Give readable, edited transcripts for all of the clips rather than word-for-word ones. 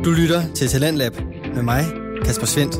Du lytter til Talentlab med mig, Kasper Svendt.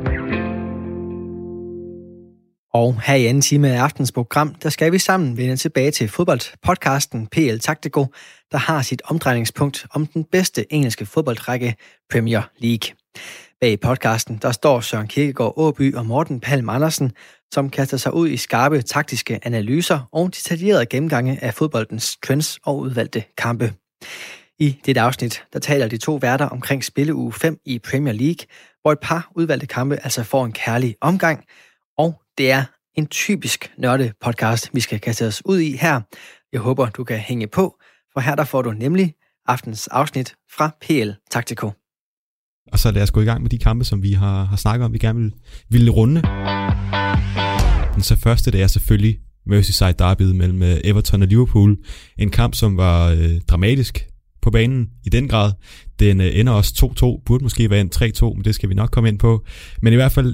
Og her i anden time af aftens program, der skal vi sammen vende tilbage til fodboldpodcasten PL Taktiko, der har sit omdrejningspunkt om den bedste engelske fodboldrække Premier League. Bag podcasten, der står Søren Kierkegaard Åby og Morten Palm Andersen, som kaster sig ud i skarpe taktiske analyser og detaljerede gennemgange af fodboldens trends og udvalgte kampe. I dette afsnit, der taler de to værter omkring spilleuge 5 i Premier League, hvor et par udvalgte kampe altså får en kærlig omgang, og det er en typisk nørde podcast, vi skal kaste os ud i her. Jeg håber, du kan hænge på, for her der får du nemlig aftens afsnit fra PL Taktiko. Og så lad os gå i gang med de kampe, som vi har snakket om, vi gerne vil runde. Den så første, det er selvfølgelig Merseyside derbyet mellem Everton og Liverpool. En kamp, som var dramatisk på banen i den grad. Den ender også 2-2, burde måske være en 3-2, men det skal vi nok komme ind på. Men i hvert fald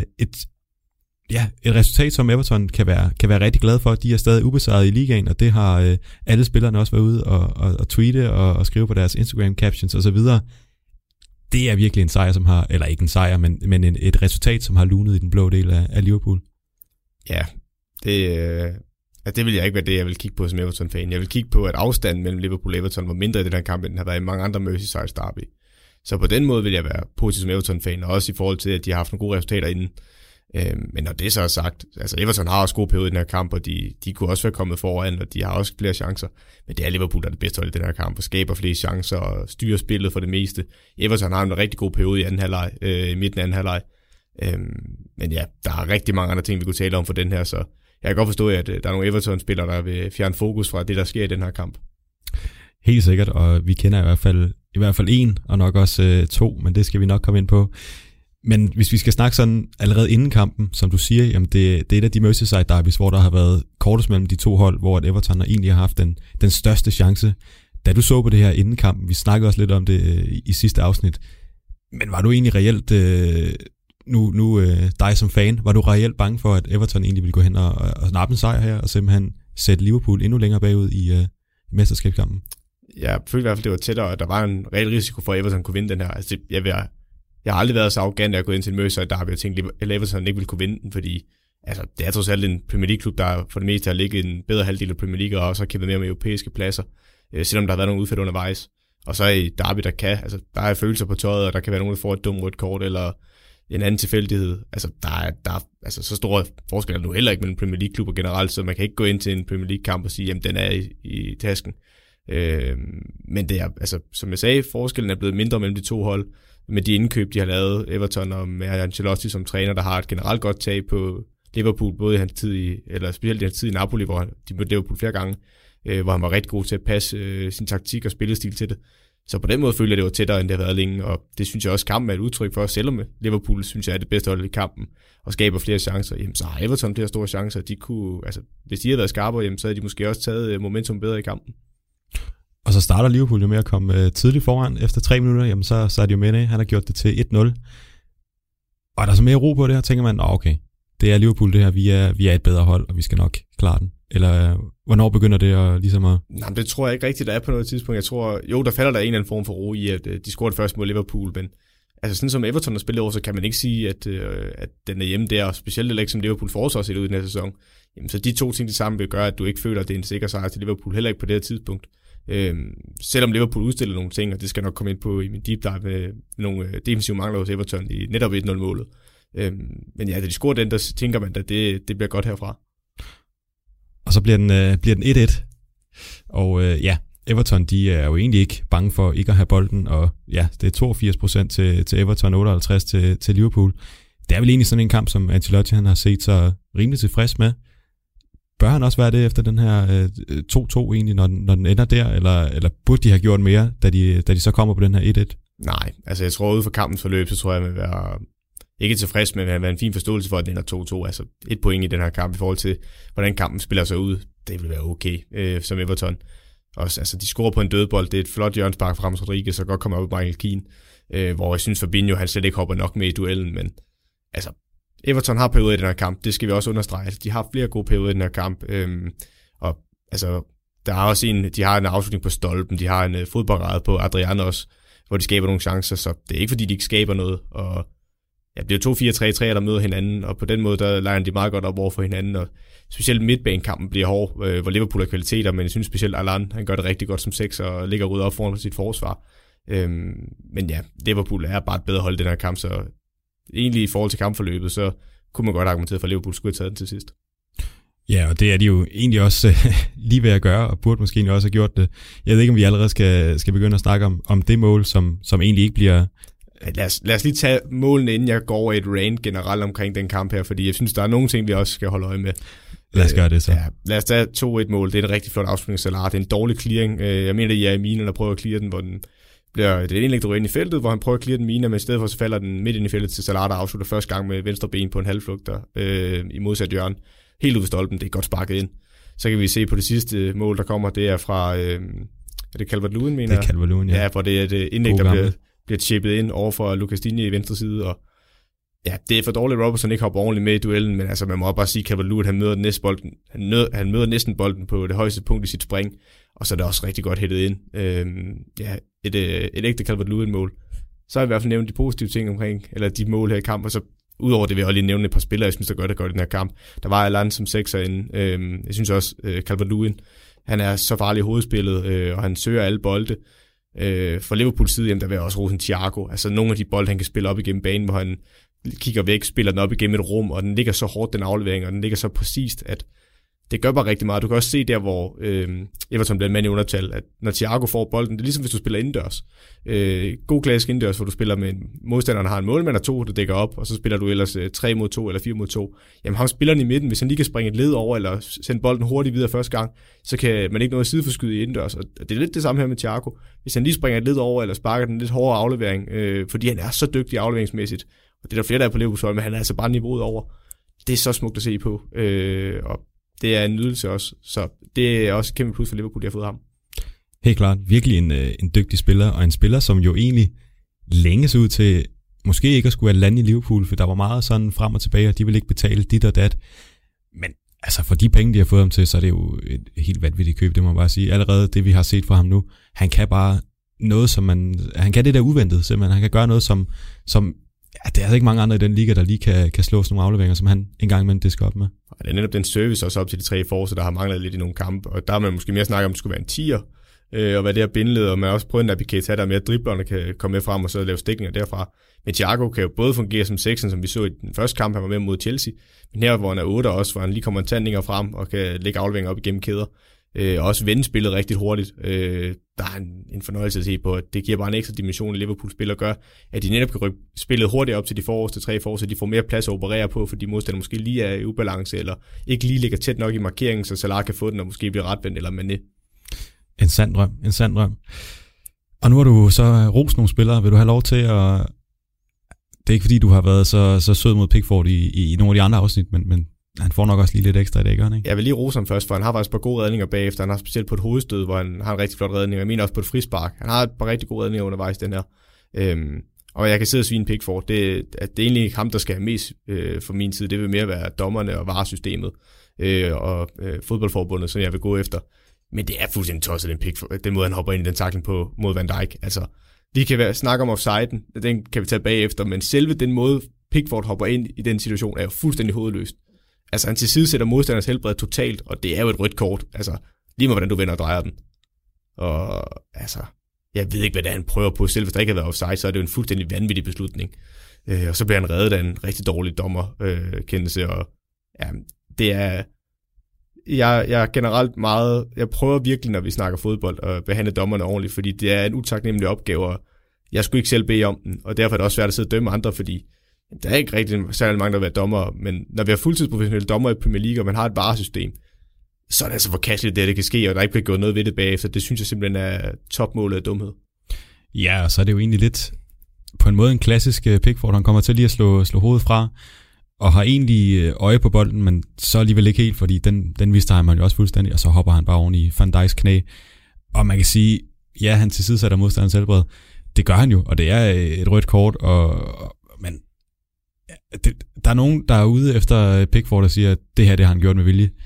et resultat, som Everton kan være rigtig glad for. De er stadig ubesejret i ligaen, og det har alle spillerne også været ude og tweete og skrive på deres Instagram captions og så videre. Det er virkelig en sejr, som har, eller ikke en sejr, men et resultat, som har lunet i den blå del af Liverpool. Ja, det vil jeg ikke være det, jeg vil kigge på som Everton-fan. Jeg vil kigge på, at afstanden mellem Liverpool og Everton var mindre i den her kamp, end den har været i mange andre Merseyside derby. Så på den måde vil jeg være positiv som Everton-fan, og også i forhold til, at de har haft nogle gode resultater inden. Men når det så er sagt, altså Everton har også gode perioder i den her kamp, og de kunne også være kommet foran, og de har også flere chancer. Men det er Liverpool, der er det bedste hold i den her kamp, og skaber flere chancer og styrer spillet for det meste. Everton har en rigtig god periode i anden halvleg, i midten af anden halvleg. Men ja, der er rigtig mange andre ting, vi kunne tale om for den her, så jeg kan godt forstå, at der er nogle Everton-spillere, der vil fjerne fokus fra det, der sker i den her kamp. Helt sikkert, og vi kender i hvert fald en, og nok også to, men det skal vi nok komme ind på. Men hvis vi skal snakke sådan allerede inden kampen, som du siger, jamen det er et af de Merseyside derbys, hvor der har været kortest mellem de to hold, hvor Everton egentlig har haft den største chance. Da du så på det her inden kampen, vi snakkede også lidt om det i sidste afsnit, men var du egentlig reelt, nu dig som fan, var du reelt bange for, at Everton egentlig ville gå hen og nappe en sejr her, og simpelthen sætte Liverpool endnu længere bagud i mesterskabskampen? Jeg følte i hvert fald, det var tættere, og der var en reel risiko for, at Everton kunne vinde den her. Altså, jeg har aldrig været så arrogant, at jeg er gået ind til en Merseyside derby og tænkte, at Everton ikke ville kunne vinde den, fordi altså, det er trods alt en Premier League-klub, der for det meste har ligget en bedre halvdel af Premier League, og også har kæmpet mere med europæiske pladser, selvom der har været nogle udfald undervejs. Og så i derby, der er følelser på tøjet, og der kan være nogen, der får et dumt rødt kort, eller en anden tilfældighed. Altså, der er altså, så store forskelle nu heller ikke mellem Premier League-klubber generelt, så man kan ikke gå ind til en Premier League-kamp og sige, jamen den er i tasken. Men det er, altså, som jeg sagde, forskellen er blevet mindre mellem de to hold, med de indkøb, de har lavet, Everton og med Ancelotti som træner, der har et generelt godt tag på Liverpool, både i hans tid eller specielt i hans tid i Napoli, hvor de mødte Liverpool flere gange, hvor han var rigtig god til at passe sin taktik og spillestil til det. Så på den måde føler jeg, det var tættere, end det har været længe, og det synes jeg også, kampen er et udtryk for, selvom Liverpool synes jeg er det bedste hold i kampen, og skaber flere chancer, jamen så har Everton flere store chancer, de kunne, altså hvis de havde været skarpere, jamen så havde de måske også taget momentum bedre i kampen. Og så starter Liverpool jo med at komme tidligt foran. Efter 3 minutter, jamen så er det jo med, han har gjort det til 1-0. Og er der så mere ro på det her, tænker man, okay, det er Liverpool det her, vi er et bedre hold, og vi skal nok klare den. Eller hvornår begynder det at ligesom at... Nej, det tror jeg ikke rigtigt, der er på noget tidspunkt. Jeg tror, jo, der falder der en eller anden form for ro i, at de scorede først mod Liverpool, men altså sådan som Everton har spillet over, så kan man ikke sige, at den er hjemme der, og specielt ikke som Liverpool forårsager set ud i den her sæson. Jamen, så de to ting sammen vil gøre, at du ikke føler, at det er en sikker sejr til Liverpool, heller ikke på det her tidspunkt. Selvom Liverpool udstiller nogle ting, og det skal nok komme ind på i min deep dive med nogle defensive mangler hos Everton i netop 1-0-målet. Men ja, da de scorer den, der tænker man, at det bliver godt herfra. Og så bliver den 1-1. Og Everton, de er jo egentlig ikke bange for ikke at have bolden, og ja, det er 82% til Everton, 58% til Liverpool. Det er vel egentlig sådan en kamp, som Ancelotti han har set sig rimelig tilfreds med. Bør han også være det efter den her 2-2 egentlig, når den ender der, eller burde de have gjort mere, da de så kommer på den her 1-1? Nej, altså jeg tror, ude for kampens forløb, så tror jeg, man vil være ikke tilfreds med, at være en fin forståelse for, at den ender 2-2. Altså 1 point i den her kamp i forhold til, hvordan kampen spiller sig ud. Det vil være okay som Everton. Også, altså de scorer på en dødbold, det er et flot hjørnespark fra James Rodriguez, så godt kommer op i Michael Keane, hvor jeg synes Fabinho, han slet ikke hopper nok med i duellen, men altså Everton har perioder i den her kamp, det skal vi også understrege. Altså, de har flere gode perioder i den her kamp, og altså, der er også de har en afslutning på stolpen, de har en fodboldrede på Adrian også, hvor de skaber nogle chancer, så det er ikke fordi, de ikke skaber noget, og ja, det er 2-4-3-3, der møder hinanden, og på den måde, der leger de meget godt op over for hinanden, og specielt midtbanekampen bliver hård, hvor Liverpool har kvaliteter, men jeg synes specielt Allan, han gør det rigtig godt som 6, og ligger ryddet op foran sit forsvar. Men ja, Liverpool er bare et bedre hold i den her kamp, så egentlig i forhold til kampforløbet, så kunne man godt argumentere for, at Liverpool skulle have taget den til sidst. Ja, og det er de jo egentlig også lige ved at gøre, og burde måske også have gjort det. Jeg ved ikke, om vi allerede skal begynde at snakke om det mål, som egentlig ikke bliver... Lad os lige tage målene, inden jeg går over et rant generelt omkring den kamp her, fordi jeg synes, der er nogle ting, vi også skal holde øje med. Lad os gøre det så. Ja, lad os tage 2-1-mål. Det er en rigtig flot afslutning, Salah. Det er en dårlig clearing. Jeg mener, det er Jeremina, der prøver at cleare den, hvor den bliver det indlæg, der ryger ind i feltet, hvor han prøver at cleare den Mina, men i stedet for så falder den midt ind i feltet til Salah, der afslutter første gang med venstre ben på en halvflugter i modsat hjørne. Helt ud ved stolpen, det er godt sparket ind. Så kan vi se på det sidste mål, der kommer, det er fra, er det Calvert-Lewin, mener jeg? Det er Calvert-Lewin, ja. Ja, hvor det er et indlæg, der bliver chippet ind over for Lucas Digne i venstre side, og ja, det er for dårligt, Robertson ikke hopper ordentligt med i duellen, men altså man må bare sige, Calvert-Lewin, han møder næsten bolden på det højeste punkt i sit spring, og så er det også rigtig godt hættet ind. Et ægte Calvert-Lewin-mål. Så har jeg i hvert fald nævnt de positive ting omkring, eller de mål her i kamp, og så udover det vil jeg også lige nævne et par spillere, jeg synes, der gør det godt i den her kamp. Der var Allan som 6'er inde. Jeg synes også, Calvert-Lewin, han er så farlig i hovedspillet, og han søger alle bolde. For Liverpools side, jamen, der vil jeg også rose Thiago. Altså nogle af de bolde, han kan spille op igennem banen, hvor han kigger væk, spiller den op igennem et rum, og den ligger så hårdt, den aflevering, og den ligger så præcist, at det gør bare rigtig meget. Du kan også se der, hvor Everton bliver en mand i undertal, at når Thiago får bolden, det er ligesom hvis du spiller indendørs. God klassisk indendørs, hvor du spiller med modstanderen har en målmand og 2, der dækker op, og så spiller du ellers 3 mod 2 eller 4 mod 2. Jamen ham spilleren i midten, hvis han lige kan springe et led over, eller sende bolden hurtigt videre første gang, så kan man ikke nå at sideforskyde i indendørs. Og det er lidt det samme her med Thiago. Hvis han lige springer et led over, eller sparker den lidt hårdere aflevering, fordi han er så dygtig afleveringsmæssigt, og det er der flere, der er på Liverpool, men han er altså bare niveauet over. Det er så smukt at se på, og det er en nydelse også, så det er også et kæmpe plus for Liverpool, de har fået ham. Helt klart, virkelig en dygtig spiller, og en spiller, som jo egentlig længe så ud til, måske ikke at skulle have landet i Liverpool, for der var meget sådan frem og tilbage, og de ville ikke betale dit og dat. Men altså for de penge, de har fået ham til, så er det jo et helt vanvittigt køb, det må man bare sige. Allerede det, vi har set fra ham nu, han kan bare noget, som han kan det der uventet, simpelthen. Han kan gøre noget, som ja, det er altså ikke mange andre i den liga, der lige kan slå sådan nogle afleveringer, som han en gang imellem disker op med. Og det er netop den service også op til de 3 forser, der har manglet lidt i nogle kampe, og der har man måske mere snakket om, at det skulle være en 10'er, og hvad det her bindeled, og man har også prøvet en Naby der mere driblerne kan komme med frem, og så lave stikninger derfra. Men Thiago kan jo både fungere som 6'en, som vi så i den første kamp, han var med mod Chelsea, men her, hvor han er 8 også, hvor han lige kommer en tandinger frem, og kan lægge afleveringer op igennem kæder. Og også vende spillet rigtig hurtigt. Der er en fornøjelse at se på, at det giver bare en ekstra dimension, at Liverpool-spiller gør, at de netop kan rykke spillet hurtigt op til de forreste 3 forser, så de får mere plads at operere på, fordi modstanderne måske lige er i ubalance, eller ikke lige ligger tæt nok i markeringen, så Salah kan få den og måske blive retvendt eller Mané. En sand drøm. Og nu har du så rost nogle spillere. Vil du have lov til at... Det er ikke fordi, du har været så sød mod Pickford i nogle af de andre afsnit, men han får nok også lige lidt ekstra i dag, gør han ikke? Jeg vil lige rose ham først, for han har faktisk et par gode redninger bagefter. Han har specielt på et hovedstød, hvor han har en rigtig flot redning. Jeg mener også på et frispark. Han har et par rigtig gode redninger undervejs, den her. Og jeg kan sidde og svine Pickford. Det er egentlig ikke ham, der skal have mest fra min side. Det vil mere være dommerne og varesystemet og fodboldforbundet, som jeg vil gå efter. Men det er fuldstændig tosset, den måde, han hopper ind i den tackling på mod Van Dijk. Altså, vi kan snakke om offsiden, den kan vi tage bagefter, men selve den måde, Pickford hopper ind i den situation, er jo fuldstændig hovedløst. Altså, han tilsidesætter modstanders helbred totalt, og det er jo et rødt kort. Altså, lige med hvordan du vender og drejer den. Og altså, jeg ved ikke, hvad det er, han prøver på. Selv hvis der ikke har været offside, så er det jo en fuldstændig vanvittig beslutning. Og så bliver han reddet af en rigtig dårlig dommerkendelse, og ja, det er... Jeg er generelt meget... Jeg prøver virkelig, når vi snakker fodbold, at behandle dommerne ordentligt, fordi det er en utaknemmelig opgave, og jeg skulle ikke selv bede om den, og derfor er det også svært at sidde og dømme andre, fordi der er ikke rigtig særlig mange, der vil være dommer, men når vi har fuldtidsprofessionelle dommer i Premier League, og man har et varesystem, så er det altså forkasteligt, det kan ske, og der ikke bliver gjort noget ved det bagefter. Det synes jeg simpelthen er topmålet af dumhed. Ja, og så er det jo egentlig lidt på en måde en klassisk Pickford. Han kommer til lige at slå hovedet fra, og har egentlig øje på bolden, men så alligevel ikke helt, fordi den vidste han jo også fuldstændig, og så hopper han bare oven i Van Dijks knæ. Og man kan sige, ja, han tilsidesætter modstanderens helbred. Det gør han jo, og det er et rødt kort, men der er nogen, der er ude efter Pickford og siger, at det her, det har han gjort med vilje.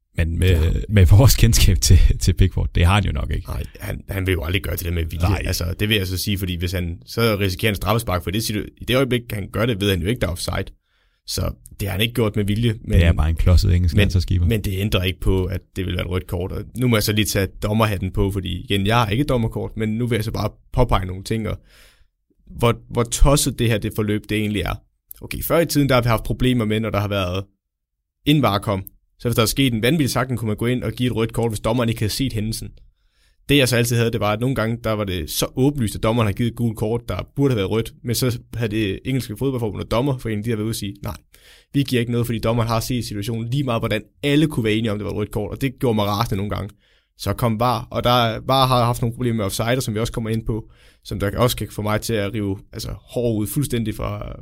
Men med vores kendskab til Pickford, det har han jo nok ikke. Nej, han vil jo aldrig gøre det der med vilje. Nej. Altså, det vil jeg så sige, fordi hvis han så risikerer en straffespark, for det i det øjeblik, han gør det, ved han jo ikke, der er offside. Så det har han ikke gjort med vilje. Men, det er bare en klodset engelsk landsholdskeeper. Men det ændrer ikke på, at det vil være et rødt kort. Og nu må jeg så lige tage dommerhatten på, fordi igen, jeg har ikke dommerkort, men nu vil jeg så bare påpege nogle ting, og hvor tosset det her det forløb det egentlig er. Okay, før i tiden, der har vi haft problemer med, når der har været en VAR kom. Så hvis der er sket en vanvittig sagt, kunne man gå ind og give et rødt kort, hvis dommeren ikke havde set hændelsen. Det jeg så altid havde, det var, at nogle gange, der var det så åbenlyst, at dommeren havde givet et gult kort, der burde have været rødt, men så havde det engelske fodboldforbund og dommerforeningen, de har været ude og sige, nej, vi giver ikke noget, fordi dommeren har set situationen lige meget, hvordan alle kunne være enige om, det var et rødt kort, og det gjorde mig rasende nogle gange. Så kom VAR, og VAR har haft nogle problemer med offsider, som vi også kommer ind på, som der også kan få mig til at rive hår ud fuldstændig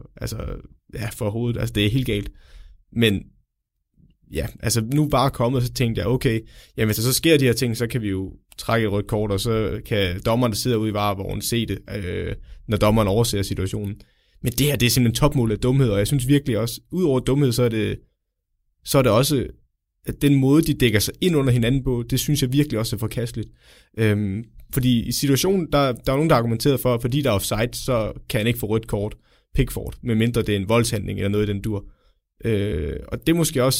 fra hovedet. Altså, det er helt galt. Men ja, altså nu bare kommet, så tænkte jeg, okay, jamen hvis der så sker de her ting, så kan vi jo trække et rødt kort, og så kan dommeren, der sidder ude i VAR-vognen, se det, når dommeren overser situationen. Men det her, det er simpelthen topmål af dumhed, og jeg synes virkelig også, udover dumhed, så er det også, at den måde, de dækker sig ind under hinanden på, det synes jeg virkelig også er forkasteligt. Fordi i situationen, der er nogen, der har argumenteret for, at fordi der er offside, så kan han ikke få rødt kort, Pickford, medmindre det er en voldshandling eller noget i den dur. Og det er måske også,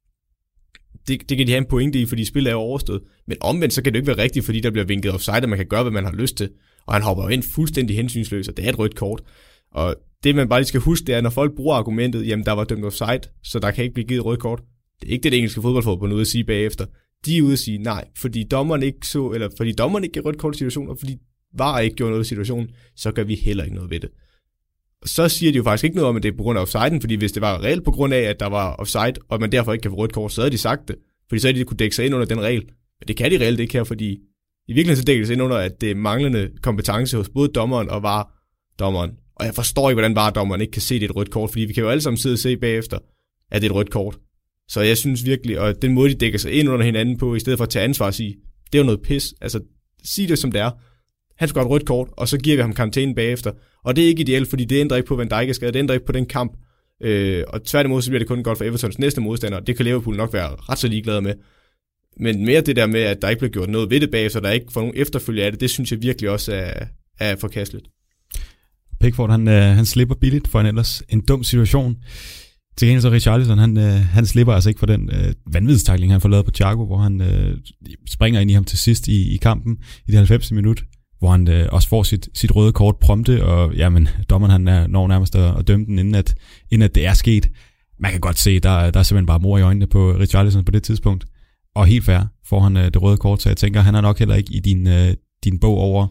det kan de have en pointe i, fordi spillet er jo overstået. Men omvendt, så kan det ikke være rigtigt, fordi der bliver vinket offside, og man kan gøre, hvad man har lyst til. Og han hopper jo ind fuldstændig hensynsløs, og det er et rødt kort. Og det, man bare lige skal huske, det er, når folk bruger argumentet, jamen der var dømt offside, så der kan ikke blive givet rødt kort. Det er ikke det engelske fodboldforbund ude at sige bagefter. De er ude at sige nej, fordi dommeren ikke gav rødt kort i situationen, og fordi VAR ikke gjorde noget i situationen, så gør vi heller ikke noget ved det. Og så siger de jo faktisk ikke noget om, at det er på grund af offsiden, fordi hvis det var reelt på grund af, at der var offside, og man derfor ikke kan få rødt kort, så havde de sagt det, fordi så havde de kunne dække sig ind under den regel. Men det kan de reelt ikke her, fordi i virkeligheden så dækker det sig ind under, at det er manglende kompetence hos både dommeren og VAR-dommeren. Og jeg forstår ikke, hvordan VAR-dommeren ikke kan se, det er et rødt kort, fordi vi kan jo alle sammen sidde og se bagefter, at det er et rødt kort. Så jeg synes virkelig, og den måde, de dækker sig ind under hinanden på, i stedet for at tage ansvar og sige, det er jo noget pis. Altså, sig det som det er. Han skal have et rødt kort, og så giver vi ham karantæne bagefter. Og det er ikke ideelt, fordi det ændrer ikke på, Van Dijk er skadet, det ændrer ikke på den kamp. Og tværtimod, så bliver det kun godt for Evertons næste modstander, det kan Liverpool nok være ret så ligeglade med. Men mere det der med, at der ikke bliver gjort noget ved det bagefter, der ikke får nogen efterfølge af det, det synes jeg virkelig også er forkasteligt. Pickford, han slipper billigt for en dum situation. Til gengæld så Richarlison, han slipper altså ikke for den vanvidstackling, han får lavet på Thiago, hvor han springer ind i ham til sidst i kampen i det 90. minut, hvor han også får sit røde kort prompte, og jamen, dommeren han når nærmest at dømme den, inden at det er sket. Man kan godt se, der er simpelthen bare mor i øjnene på Richarlison på det tidspunkt, og helt fair får han det røde kort, så jeg tænker, han er nok heller ikke i din bog over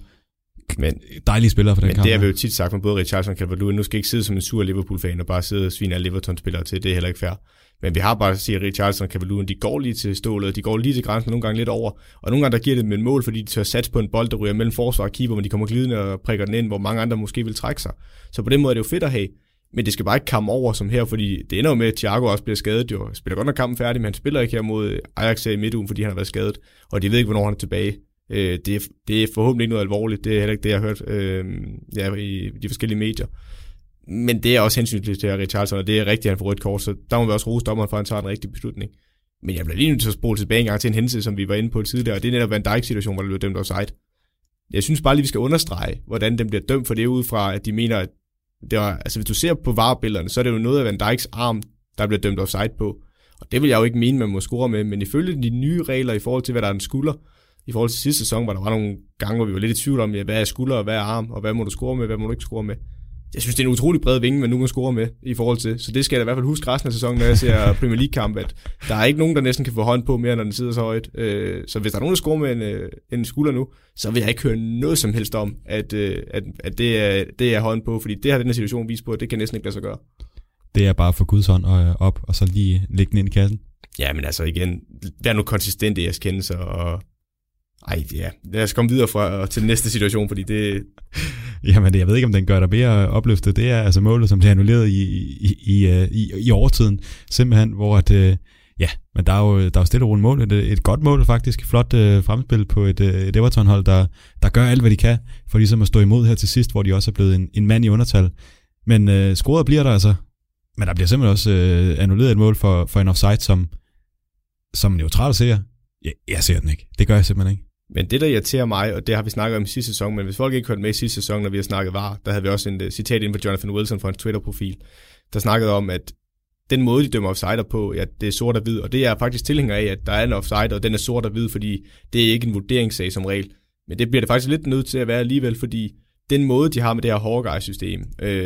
dejlige spillere for den kamp. Men det har vi jo tit sagt med både Richarlison og Calvert-Lewin. Nu skal ikke sidde som en sur Liverpool-fan og bare sidde og svine alle Everton-spillere til. Det er heller ikke fair. Men vi har bare at sige, at Richarlison og Calvert-Lewin, de går lige til stålet, de går lige til grænsen, nogle gange lidt over. Og nogle gange der giver det med en mål, fordi de tør satse på en bold, der ryger mellem forsvar og keeper, men de kommer glidende og prikker den ind, hvor mange andre måske vil trække sig. Så på den måde er det jo fedt at have. Men det skal bare ikke komme over som her, fordi det ender jo med, at Thiago også bliver skadet. Jo spiller godt nok kampen færdig, men han spiller ikke her mod Ajax i midtugen, fordi han har været skadet. Og de ved ikke, hvornår han er tilbage. Det er forhåbentlig ikke noget alvorligt. Det er heller ikke det, jeg har hørt i de forskellige medier. Men det er også hensynligt til Richarlison, og det er rigtigt, at han får rødt kort, så der må vi også rose dommeren for, at han tager en rigtig beslutning. Men jeg bliver lige nødt til at spole tilbage en gang til en hændelse, som vi var inde på tidligere, og det er netop Van Dijk-situation, hvor der blev dømt offside. Jeg synes bare lige, vi skal understrege, hvordan den bliver dømt, for det er ud fra, at de mener, at det var, altså hvis du ser på VAR-billederne, så er det jo noget af Van Dijks arm, der bliver dømt offside på. Og det vil jeg jo ikke mene, man må score med, men ifølge de nye regler i forhold til, hvad der er en skulder, i forhold til sidste sæson, hvor der var nogle gange, hvor vi var lidt i tvivl om, ja, hvad er skulder og hvad er arm, og hvad må du score med, hvad må du ikke score med. Jeg synes, det er en utrolig bred vinge, man nu må score med i forhold til. Så det skal jeg da i hvert fald huske resten af sæsonen, når jeg ser Premier League-kamp, at der er ikke nogen, der næsten kan få hånd på mere, når den sidder så højt. Så hvis der er nogen, der scorer med en skulder nu, så vil jeg ikke høre noget som helst om, at det er hånd på, fordi det har den her situation vist på, at det kan næsten ikke lade sig gøre. Det er bare for Guds hånd op, og så lige lægge den ind i kassen. Ja, men altså igen, vær nu konsistent i jeres kendelser, og lad os komme videre til den næste situation, fordi det... Jamen, jeg ved ikke, om den gør dig mere opløftet. Det er altså målet, som bliver annulleret i overtiden, simpelthen, hvor at, men der er jo stille og roligt mål. Et godt mål faktisk, flot fremspil på et Everton-hold, der gør alt, hvad de kan, for ligesom at stå imod her til sidst, hvor de også er blevet en mand i undertal. Men scoret bliver der altså. Men der bliver simpelthen også annulleret et mål for en offside, som som neutral seer, jeg ser den ikke. Det gør jeg simpelthen ikke. Men det, der irriterer mig, og det har vi snakket om i sidste sæson, men hvis folk ikke hørte med i sidste sæson, når vi har snakket VAR, der havde vi også en citat inde på Jonathan Wilson fra en Twitter-profil, der snakkede om, at den måde, de dømmer offsider på, ja, det er sort og hvid, og det er faktisk tilhænger af, at der er en offside, og den er sort og hvid, fordi det er ikke en vurderingssag som regel. Men det bliver det faktisk lidt nødt til at være alligevel, fordi den måde, de har med det her Hawkeye-system,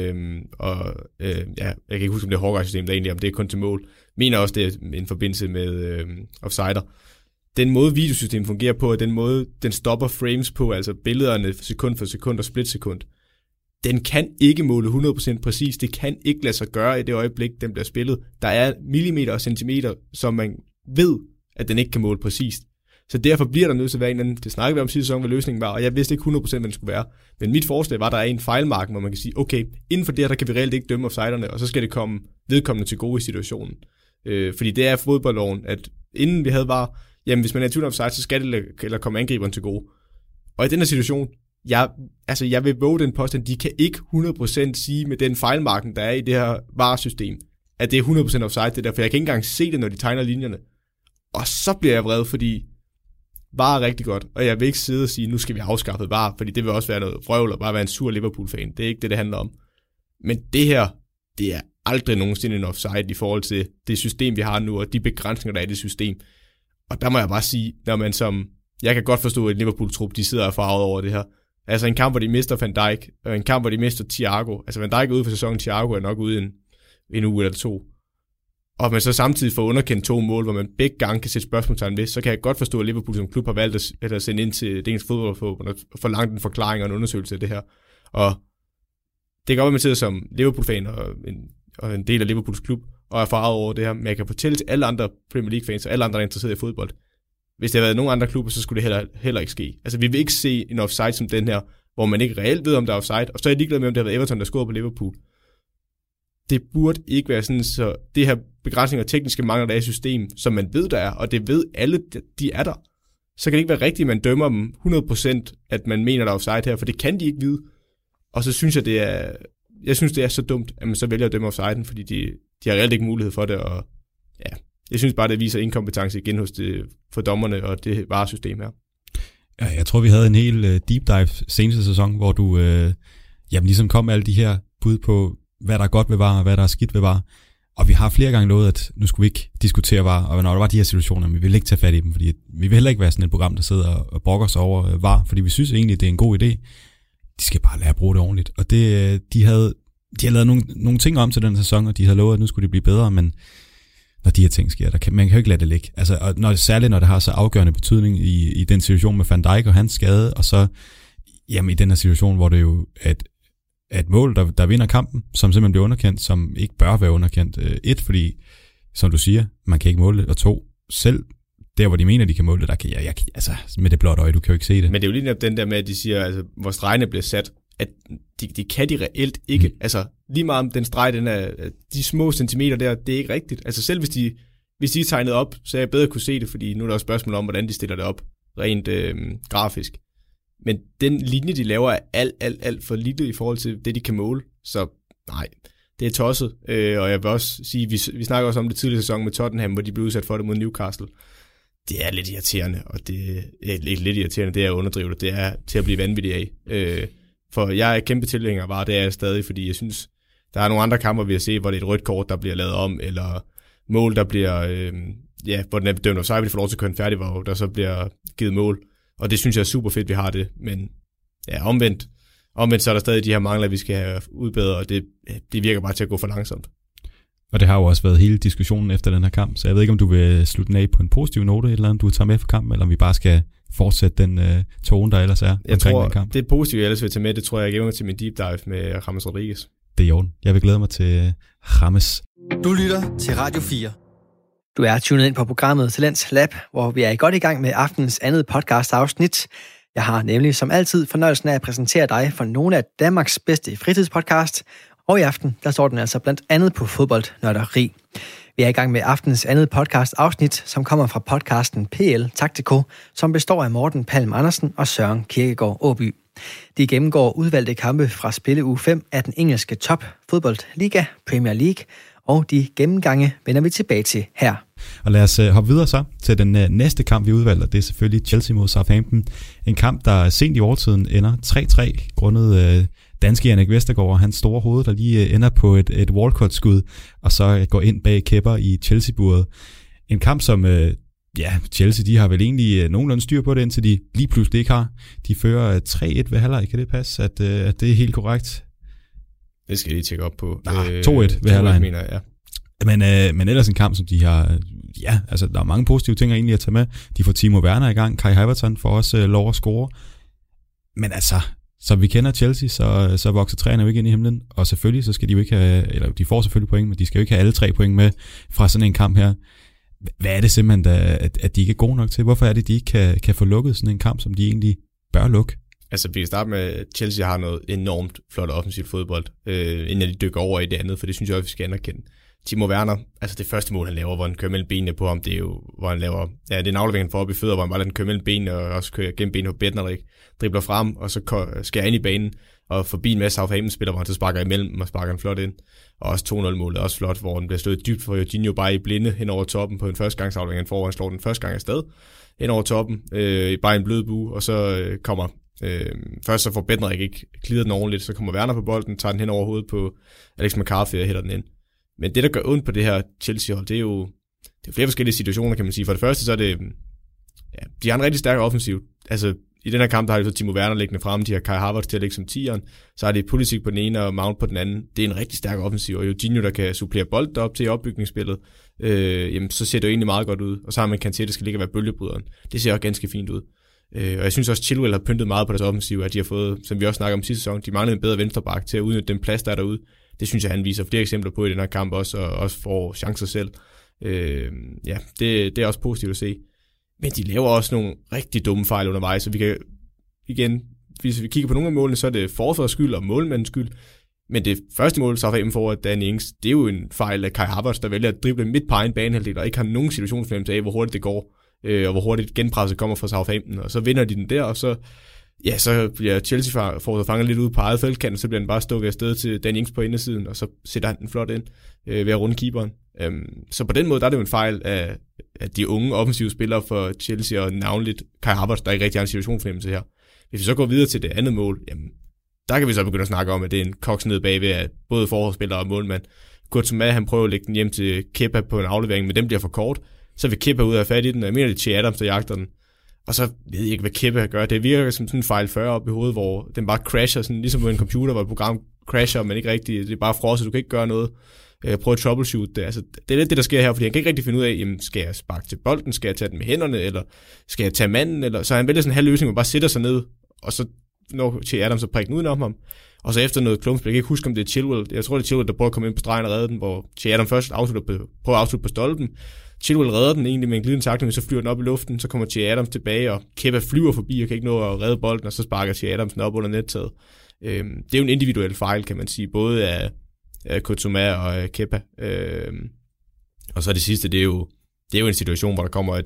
jeg kan ikke huske, om det er Hawkeye-system, der egentlig om det er kun til mål, mener også, det er en forbindelse med offsider. Den måde, videosystemet fungerer på, og den måde, den stopper frames på, altså billederne sekund for sekund og splitsekund, den kan ikke måle 100% præcis. Det kan ikke lade sig gøre i det øjeblik, den bliver spillet. Der er millimeter og centimeter, som man ved, at den ikke kan måle præcist. Så derfor bliver der nødt til at være en anden. Det snakkede vi om sidste sæson, hvad løsningen var, og jeg vidste ikke 100%, hvad den skulle være. Men mit forslag var, at der er en fejlmark, hvor man kan sige, okay, inden for det her, der kan vi reelt ikke dømme offsiderne, og så skal det komme vedkommende til gode i situationen. Fordi det er fodboldloven, at inden vi havde var, jamen hvis man er i tvivl offside, så skal det eller komme angriberen til gode. Og i den her situation, jeg vil våge den påstand, de kan ikke 100% sige med den fejlmarken, der er i det her VAR-system, at det er 100% offside, det der, for jeg kan ikke engang se det, når de tegner linjerne. Og så bliver jeg vred, fordi VAR er rigtig godt, og jeg vil ikke sidde og sige, nu skal vi afskaffe VAR, fordi det vil også være noget vrøvl og bare være en sur Liverpool-fan. Det er ikke det handler om. Men det her, det er aldrig nogensinde en offside i forhold til det system, vi har nu, og de begrænsninger, der er i det system. Og der må jeg bare sige, når man jeg kan godt forstå, at Liverpool-trup, de sidder og farvet over det her. Altså en kamp, hvor de mister Van Dijk, og en kamp, hvor de mister Thiago. Altså Van Dijk er ude for sæsonen, Thiago er nok ude en uge eller to. Og man så samtidig får underkendt 2 mål, hvor man begge gange kan sætte spørgsmålstegn ved, så kan jeg godt forstå, at Liverpool som klub har valgt at sende ind til det engelske fodboldforbund og forlangt en forklaring og en undersøgelse af det her. Og det kan godt være, man sidder som Liverpool-fan og en del af Liverpools klub og er farvet over det her, men jeg kan fortælle til alle andre Premier League-fans og alle andre, der er interesseret i fodbold. Hvis det havde været nogen andre klubber, så skulle det heller ikke ske. Altså, vi vil ikke se en offside som den her, hvor man ikke reelt ved, om der er offside, og så er jeg ligeglad med, om det har været Everton, der scorede på Liverpool. Det burde ikke være sådan, så det her begrænsning og tekniske mangler, der er i system, som man ved, der er, og det ved alle, de er der, så kan det ikke være rigtigt, at man dømmer dem 100%, at man mener, der er offside her, for det kan de ikke vide. Og så synes jeg, det er så dumt, at man så vælger at dømme offsiden, fordi de har reelt ikke mulighed for det, og ja, jeg synes bare, det viser inkompetence igen for dommerne og det VAR-system her. Ja, jeg tror, vi havde en hel deep dive seneste sæson, hvor du ligesom kom med alle de her bud på, hvad der er godt ved VAR, og hvad der er skidt ved VAR. Og vi har flere gange lovet, at nu skulle vi ikke diskutere VAR, og når der var de her situationer, men vi vil ikke tage fat i dem, fordi vi vil heller ikke være sådan et program, der sidder og brokker sig over VAR, fordi vi synes egentlig, det er en god idé. De skal bare lære at bruge det ordentligt. Og de havde lavet nogle ting om til den sæson, og de havde lovet, at nu skulle de blive bedre, men når de her ting sker, man kan jo ikke lade det ligge. Altså, og særligt når det har så afgørende betydning i den situation med Van Dijk og hans skade, og så i den her situation, hvor det jo er et mål, der vinder kampen, som simpelthen bliver underkendt, som ikke bør være underkendt. 1, fordi, som du siger, man kan ikke måle det, og 2, selv der, hvor de mener, de kan måle det, der kan jeg altså, med det blotte øje, du kan jo ikke se det. Men det er jo lige netop den der med, at de siger, altså, hvor stregene bliver sat, at de kan de reelt ikke. Altså, lige meget om den streg, den er, de små centimeter der, det er ikke rigtigt. Altså, selv hvis de er tegnet op, så er jeg bedre kunne se det, fordi nu er der også spørgsmål om, hvordan de stiller det op, rent grafisk. Men den linje, de laver, er alt for lille i forhold til det, de kan måle. Så nej, det er tosset. Og jeg vil også sige, vi snakker også om det tidligere sæson med Tottenham, hvor de blev udsat for det mod Newcastle. Det er lidt irriterende, og det er lidt irriterende, det er at underdrive det. Det er til at blive vanvittig af. For jeg er kæmpe tilhænger bare, det er jeg stadig, fordi jeg synes, der er nogle andre kamper, vi har set, hvor det er et rødt kort, der bliver lavet om, eller mål, der bliver, hvor den er bedømt offside, vi får lov til at køre en færdig, hvor der så bliver givet mål. Og det synes jeg er super fedt, vi har det. Men ja, omvendt så er der stadig de her mangler, vi skal have udbedret, og det virker bare til at gå for langsomt. Og det har jo også været hele diskussionen efter den her kamp, så jeg ved ikke, om du vil slutte den af på en positiv note, eller om du tager med for kampen, eller om vi bare skal fortsætte den tone, der ellers er omkring den kamp. Det er positivt, jeg ellers vil tage med. Det tror jeg giver mig til min deep dive med James Rodriguez. Det er i orden. Jeg vil glæde mig til James. Du lytter til Radio 4. Du er tunet ind på programmet Talents Lab, hvor vi er godt i gang med aftenens andet podcast-afsnit. Jeg har nemlig som altid fornøjelsen af at præsentere dig for nogle af Danmarks bedste fritidspodcast, og i aften, der står den altså blandt andet på fodboldnørderi. Vi er i gang med aftenens andet podcast-afsnit, som kommer fra podcasten PL Taktiko, som består af Morten Palm Andersen og Søren Kierkegaard Åby. De gennemgår udvalgte kampe fra spilleuge 5 af den engelske top fodboldliga, Premier League, og de gennemgange vender vi tilbage til her. Og lad os hoppe videre så til den næste kamp, vi udvalgte. Det er selvfølgelig Chelsea mod Southampton. En kamp, der sent i overtiden ender 3-3, grundet danske Jannik Vestergaard og hans store hoved, der lige ender på et Walcott-skud, og så går ind bag Kepa i Chelsea-buret. En kamp, som Chelsea, de har vel egentlig nogenlunde styr på det, indtil de lige pludselig ikke har. De fører 3-1 ved halvleg. Kan det passe, at det er helt korrekt? Det skal jeg lige tjekke op på. 2-1 ved halvleg. Mener jeg, ja. Men ellers en kamp, som de har... Ja, altså der er mange positive ting egentlig at tage med. De får Timo Werner i gang. Kai Havertz får også lov at score. Men altså, som vi kender Chelsea, så vokser træerne jo ikke ind i himlen. Og selvfølgelig, så skal de jo ikke have... Eller de får selvfølgelig point, men de skal jo ikke have alle 3 point med fra sådan en kamp her. Hvad er det simpelthen, at de ikke er gode nok til? Hvorfor er det, de ikke kan få lukket sådan en kamp, som de egentlig bør lukke? Altså, vi kan starte med, at Chelsea har noget enormt flot offensivt fodbold, inden de dykker over i det andet, for det synes jeg også, vi skal anerkende. Timo Werner, altså det første mål, han laver, hvor han kører mellem benene på ham, det er jo, hvor han laver, det er en aflevering for op i fødder, hvor han bare lader den køre mellem benene, og også kører gennem benene på Bednarik, dribler frem, og så skærer ind i banen, og forbi en masse Southampton-spiller, hvor han så sparker imellem, og sparker han flot ind. Og også 2-0-målet er også flot, hvor den bliver slået dybt for Jorginho bare i blinde hen over toppen på en førstegangsaflevering, han får, hvor han slår den første gang afsted, hen over toppen, bare en blød bue, og så kommer først så får Bednarik ikke klidet den ordentligt, så kommer Werner på bolden, tager den hen over hovedet på Alex McCarthy og hætter den ind. Men det, der gør ondt på det her Chelsea-hold, det er jo flere forskellige situationer, kan man sige. For det første, så er det... Ja, de har en rigtig stærk offensiv. Altså, i den her kamp, der har de så Timo Werner liggende frem, de har Kai Havertz til at ligge som 10'eren, så har de Pulisic på den ene og Mount på den anden. Det er en rigtig stærk offensiv, og Jorginho, der kan supplere bolden op til opbygningsspillet, jamen, så ser det jo egentlig meget godt ud. Og så har man Kanté, der skal ligge og være bølgebryderen. Det ser også ganske fint ud. Og jeg synes også, Chilwell har pyntet meget på deres offensiv, at de har fået, som vi også snakker om sidste sæson, de manglede en bedre venstreback til at udnytte den plads, der er derude. Det synes jeg, han viser flere eksempler på i den her kamp også, og også får chancer selv. Det er også positivt at se. Men de laver også nogle rigtig dumme fejl undervejs, så vi kan igen, hvis vi kigger på nogle af målene, så er det forsvarets skyld og målmandens skyld. Men det første mål, Southampton får af Danny Ings, det er jo en fejl af Kai Havertz, der vælger at drible midt på egen banehalvdel, og ikke har nogen situationsfornemmelse af, hvor hurtigt det går, og hvor hurtigt genpresset kommer fra Southampton, og så vinder de den der, og så bliver Chelsea fanget lidt ud på eget feltkant, og så bliver den bare stukket afsted til Danny Ings på indersiden, og så sætter han den flot ind ved at runde keeperen. Så på den måde, der er det jo en fejl af de unge offensive spillere for Chelsea, og navnligt Kai Havertz, der ikke rigtig har en situationsfornemmelse her. Hvis vi så går videre til det andet mål, jamen, der kan vi så begynde at snakke om, at det er en koks ned bagved af både forholdsspillere og målmand. Kurtzuma, han prøver at lægge den hjem til Kepa på en aflevering, men den bliver for kort. Så vil Kepa ud af fat i den, og jeg mener, det er Che Adams, der jagter den. Og så ved jeg ikke, hvad Kepa gør. Det virker som sådan en fejl 40 op i hovedet, hvor den bare crasher, sådan, ligesom på en computer, hvor et program crasher, men ikke rigtigt. Det er bare frosset, du kan ikke gøre noget. Prøv at troubleshoot det. Altså, det er lidt det, der sker her, fordi han kan ikke rigtig finde ud af, jamen, skal jeg sparke til bolden, skal jeg tage den med hænderne, eller skal jeg tage manden, eller så han vælger sådan en halv løsning, hvor man bare sætter sig ned, og så når Che Adams så prikker udenom ham. Og så efter noget klumpspil, jeg kan ikke huske, om det er Chilwell. Jeg tror, det er Chilwell, der prøver at komme ind på stregen og redde den, hvor Che Adams først prøver at afslutte på stolpen. Chilwell redder den egentlig med en glidende tackling, så flyver den op i luften, så kommer Che Adams tilbage, og Kepa flyver forbi og kan ikke nå at redde bolden, og så sparker Che Adams den op under nettaget. Det er jo en individuel fejl, kan man sige, både af Kurtzuma og Kepa. Og så det sidste, det er jo en situation, hvor der kommer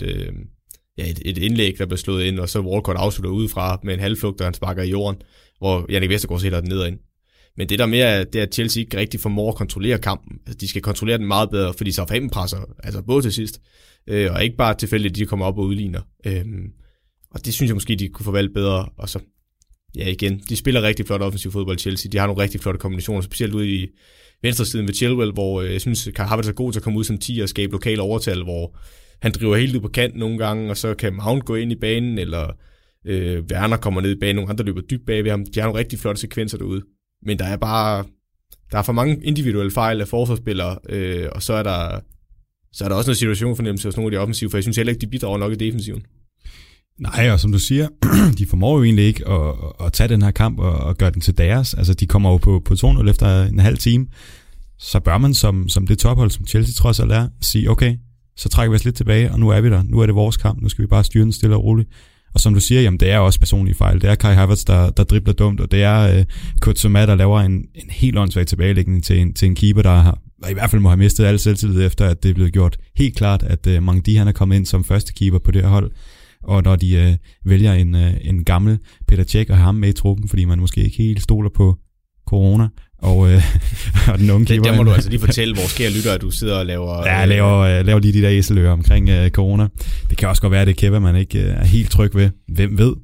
et indlæg, der bliver slået ind, og så Walcott afslutter udefra med en halvflugt, og han sparker i jorden, hvor Jannik Vestergaard sætter den nedad ind. Men det der mere, det er, at Chelsea ikke rigtig formår at kontrollere kampen. Altså, de skal kontrollere den meget bedre, fordi Southampton presser, altså både til sidst, og ikke bare tilfældigt, at de kommer op og udligner. Og det synes jeg måske, de kunne forvalte bedre. Og så, igen, de spiller rigtig flot offensiv fodbold, Chelsea. De har nogle rigtig flotte kombinationer, specielt ude i venstre siden ved Chilwell, hvor jeg synes, Kai Havertz er god til at komme ud som 10 og skabe lokale overtal, hvor han driver helt ud på kanten nogle gange, og så kan Mount gå ind i banen, eller Werner kommer ned i banen, nogle andre løber dybt bag ved ham. De har nogle rigtig flotte sekvenser derude. Men der er for mange individuelle fejl af forsvarsspillere, og så er der også noget situationfornemmelse hos nogle af de offensive, for jeg synes heller ikke, de bidrager nok i defensiven. Nej, og som du siger, de formår jo egentlig ikke at tage den her kamp og gøre den til deres. Altså, de kommer jo på 2-0 efter en halv time. Så bør man som det tophold, som Chelsea trods alt er, sige, okay, så trækker vi os lidt tilbage, og nu er vi der. Nu er det vores kamp. Nu skal vi bare styre den stille og roligt. Og som du siger, jamen det er også personlige fejl. Det er Kai Havertz, der dribler dumt, og det er Kurtzuma, der laver en helt åndssvag tilbagelægning til en keeper, der i hvert fald må have mistet al selvtillid efter, at det er blevet gjort helt klart, at Mangdi han er kommet ind som første keeper på det her hold. Og når de vælger en gammel Peter Cech og ham med i truppen, fordi man måske ikke helt stoler på corona, og den unge keeper. Der må du altså lige fortælle vores kære lytter, at du sidder og laver... Ja, laver lige de der æselører omkring corona. Det kan også godt være, at det er Kepa, man ikke er helt tryg ved. Hvem ved?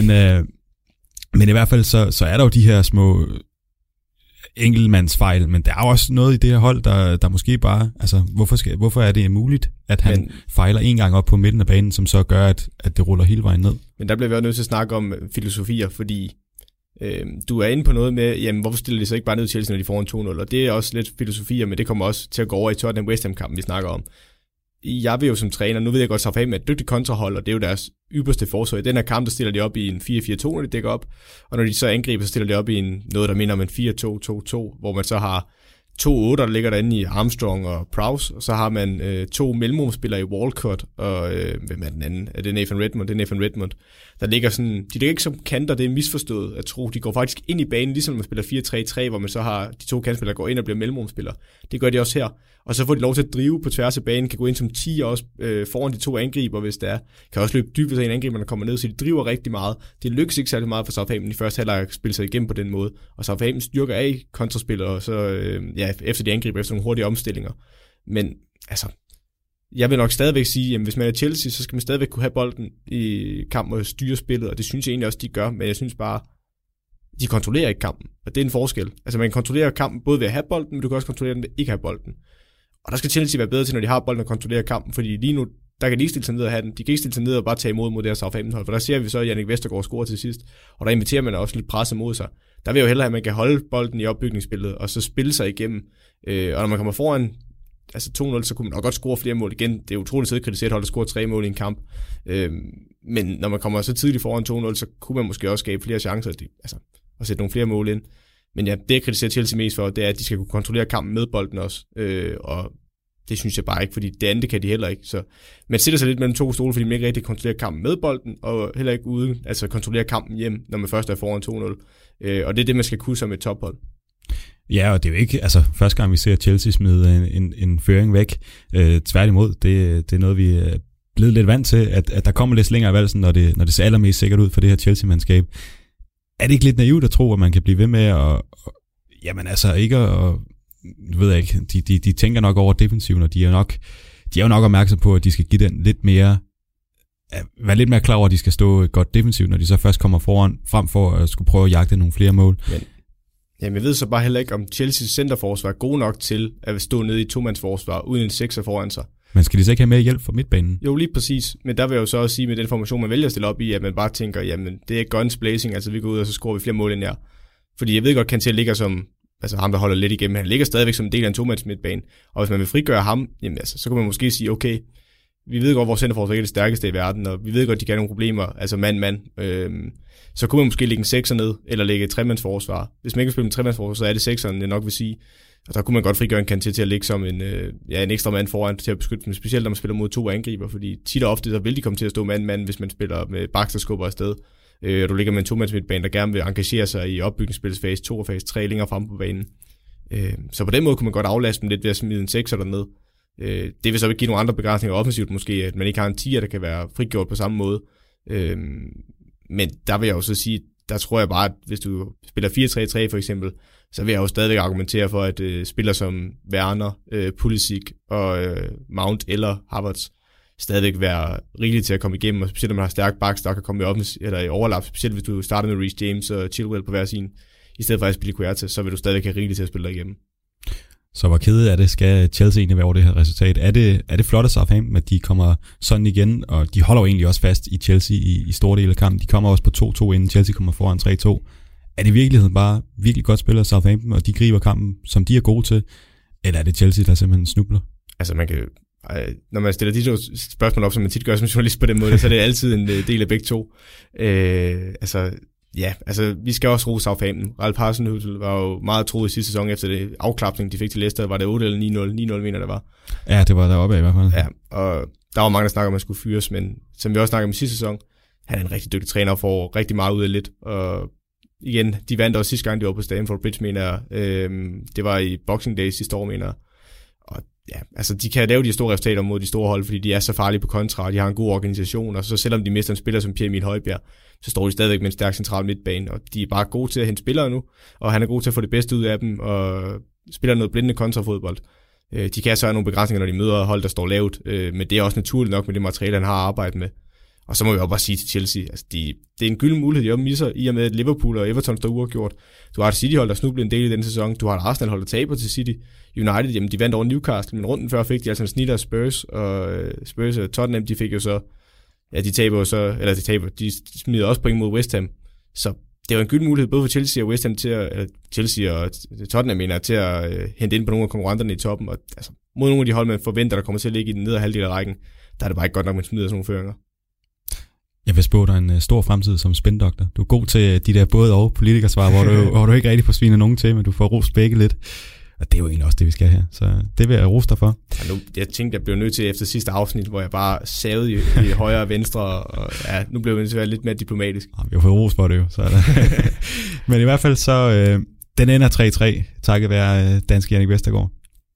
Men i hvert fald, så er der jo de her små enkeltmandsfejl, men der er også noget i det her hold, der måske bare... Altså, hvorfor er det muligt, at han fejler en gang op på midten af banen, som så gør, at det ruller hele vejen ned? Men der bliver vi også nødt til at snakke om filosofier, fordi du er inde på noget med, jamen, hvorfor stiller de så ikke bare ned til Chelsea, når de får en 2-0? Og det er også lidt filosofier, men det kommer også til at gå over i Tottenham West Ham-kampen, vi snakker om. Jeg vil jo som træner, nu ved jeg godt, Southampton er et dygtigt kontrahold, og det er jo deres ypperste forsvar. I den her kamp, der stiller de op i en 4-4-2, når de dækker op, og når de så angriber, så stiller de op i noget, der minder om en 4-2-2-2, hvor man så har 2 8, der ligger derinde i Armstrong og Prowse, og så har man 2 mellemrumspillere i Walcott, og hvem er den anden? Er det Nathan Redmond? Det er Nathan Redmond. Der ligger sådan, de ligger ikke som kanter, det er misforstået at tro. De går faktisk ind i banen, ligesom når man spiller 4-3-3, hvor man så har de 2 kantspillere, der går ind og bliver mellemrumspillere. Det gør de også her. Og så får de lov til at drive på tværs af banen, kan gå ind som 10 også foran de 2 angriber, hvis det er. Kan også løbe dybt, hvis en angriber, der kommer ned, så de driver rigtig meget. Det lykkes ikke særlig meget for Southampton i første halvleg at spille sig igennem på den måde. Og Southampton styrker af kontraspillere, og så efter de angriber efter nogle hurtige omstillinger. Men altså, jeg vil nok stadigvæk sige, at hvis man er Chelsea, så skal man stadigvæk kunne have bolden i kampen og styre spillet, og det synes jeg egentlig også, de gør, men jeg synes bare, de kontrollerer ikke kampen, og det er en forskel. Altså man kontrollerer kampen både ved at have bolden, men du kan også kontrollere den ved ikke at have bolden. Og der skal Chelsea være bedre til, når de har bolden, at kontrollere kampen, fordi lige nu, der kan de ikke stille sig ned og have den. De kan ikke stille sig ned og bare tage imod det her Southampton-hold, for der ser vi så, at Jannik Vestergaard scorer til sidst, og der inviterer man også lidt pres mod sig. Der vil jeg jo hellere have, at man kan holde bolden i opbygningsspillet, og så spille sig igennem. Og når man kommer foran 2-0, så kunne man nok godt score flere mål igen. Det er utroligt at kritisere et hold, der scorer 3 mål i en kamp. Men når man kommer så tidligt foran 2-0, så kunne man måske også skabe flere chancer, og sætte nogle flere mål ind. Men ja, det jeg kritiserer Chelsea mest for, det er, at de skal kunne kontrollere kampen med bolden også. Og det synes jeg bare ikke, fordi det andet det kan de heller ikke. Så man sætter sig lidt mellem 2 stole, fordi man ikke rigtig kontrollerer kampen med bolden, og heller ikke uden, altså kontrollere kampen hjem, når man først er foran 2-0. Og det er det, man skal kunne som et tophold. Ja, og det er jo ikke første gang, vi ser Chelsea smide en føring væk. Tværtimod, det er noget, vi er blevet lidt vant til, at der kommer lidt længere i valsen, når det ser allermest sikkert ud for det her Chelsea-mandskab. Er det ikke lidt naivt at tro, at man kan blive ved med at jamen altså ikke at, ved jeg ikke, de tænker nok over defensiven, og de er jo nok opmærksom på, at de skal give den lidt mere, være lidt mere klar over, at de skal stå godt defensivt, når de så først kommer foran, frem for at skulle prøve at jagte nogle flere mål. Jamen, jeg ved så bare heller ikke, om Chelseas centerforsvar er god nok til at stå nede i 2-mandsforsvar uden en 6'er foran sig. Men skal de så ikke have mere hjælp fra midtbanen? Jo, lige præcis. Men der vil jeg jo så også sige, med den formation, man vælger at stille op i, at man bare tænker, jamen, det er guns blazing, altså vi går ud, og så scorer vi flere mål end jer. Fordi jeg ved godt, Kanté ligger som, altså ham, der holder lidt igennem, han ligger stadigvæk som en del af en 2-mands midtbane. Og hvis man vil frigøre ham, jamen altså, så kan man måske sige, okay, vi ved godt, at vores centerforsvar ikke er det stærkeste i verden, og vi ved godt, at de kan have nogle problemer, altså mand. Så kunne man måske lægge en 6'er ned, eller lægge et 3-mandsforsvar. Hvis man ikke vil spille en 3-mandsforsvar, så er det 6'eren, jeg nok vil sige. Og der kunne man godt frigøre en Kanté til at ligge som en ekstra mand foran til at beskytte dem, specielt når man spiller mod 2 angriber, fordi tit og ofte så vil de komme til at stå mand, hvis man spiller med baks, der skubber afsted. Og du ligger med en 2-mands midtbane, der gerne vil engagere sig i opbygningsspillets fase 2 og fase 3 længere frem på banen. Så på den måde kunne man godt aflaste dem lidt ved at smide en 6'er derned. Det vil så ikke give nogle andre begrænsninger offensivt måske, at man ikke har en 10'er, der kan være frigjort på samme måde. Men der vil jeg jo så sige, der tror jeg bare, at hvis du spiller 4-3-3 for eksempel, så vil jeg jo stadigvæk argumentere for, at spillere som Werner, Pulisic og Mount eller Havertz stadigvæk være rigelige til at komme igennem, og specielt når man har stærk backs, der kan komme i overlap, specielt hvis du starter med Reece James og Chilwell på hver sin, i stedet for at spille Kuyates, så vil du stadigvæk have rigeligt til at spille der igennem. Så hvor kede er det, skal Chelsea egentlig være over det her resultat? Er det flot af Southampton, at de kommer sådan igen, og de holder jo egentlig også fast i Chelsea i store dele af kampen. De kommer også på 2-2, inden Chelsea kommer foran 3-2. Er det i virkeligheden bare virkelig godt spillet af Southampton, og de griber kampen, som de er gode til? Eller er det Chelsea, der simpelthen snubler? Altså man kan, når man stiller de to spørgsmål op, som man tit gør som journalist på den måde, så er det altid en del af begge to. Altså, vi skal også rose Southampton. Ralf Hasenhüttl var jo meget troet i sidste sæson efter det afklapning, de fik til Leicester. Var det 8 eller 9-0? 9-0 mener det var. Ja, det var deroppe i hvert fald. Ja, og der var mange, der snakker om, at man skulle fyres, men som vi også snakkede om i sidste sæson, han er en rigtig dygtig træner og får rigtig meget ud af lidt. Og igen, de vandt også sidste gang, de var på Stamford Bridge, mener jeg. Det var i Boxing Day sidste år, mener jeg. Og ja, altså de kan lave de store resultater mod de store hold, fordi de er så farlige på kontra, og de har en god organisation, og så selvom de mister en spiller som Pierre Emil Højbjerg, så står de stadigvæk med en stærk central midtbane, og de er bare gode til at hente spillere nu, og han er god til at få det bedste ud af dem, og spiller noget blindende kontrafodbold. De kan så have nogle begrænsninger, når de møder hold, der står lavt, men det er også naturligt nok med det materiale, han har arbejdet med. Og så må vi også bare sige til Chelsea, altså det er en gylden mulighed, de misser, i og med at Liverpool og Everton står uafgjort. Du har et City-hold, der snubler en del i denne sæson. Du har et Arsenal-hold, der taber til City. United, jamen de vandt over Newcastle, men runden før fik de altså en snit af Spurs, og Spurs og Tottenham, de fik jo så, ja, de smider også point mod West Ham. Så det var en gylden mulighed både for Chelsea og West Ham Chelsea og Tottenham mener til at hente ind på nogle af konkurrenterne i toppen, og altså mod nogle af de hold, man forventer, der kommer til at ligge i den nedre halvdel af rækken, der er det bare ikke godt nok, man smider sådan nogle føringer. Jeg vil spå dig en stor fremtid som spindoktor. Du er god til de der både og politikersvar, hvor du ikke rigtig får svinet nogen til, men du får rost begge lidt. Og det er jo egentlig også det, vi skal her. Så det vil jeg rose dig for. Ja, jeg tænkte, jeg blev nødt til efter sidste afsnit, hvor jeg bare savede i højre og venstre, og ja, nu blev jeg nødt til at være lidt mere diplomatisk. Ja, vi har fået ros for det jo. Så men i hvert fald så, den ender 3-3, takket være danske Jannik Vestergaard.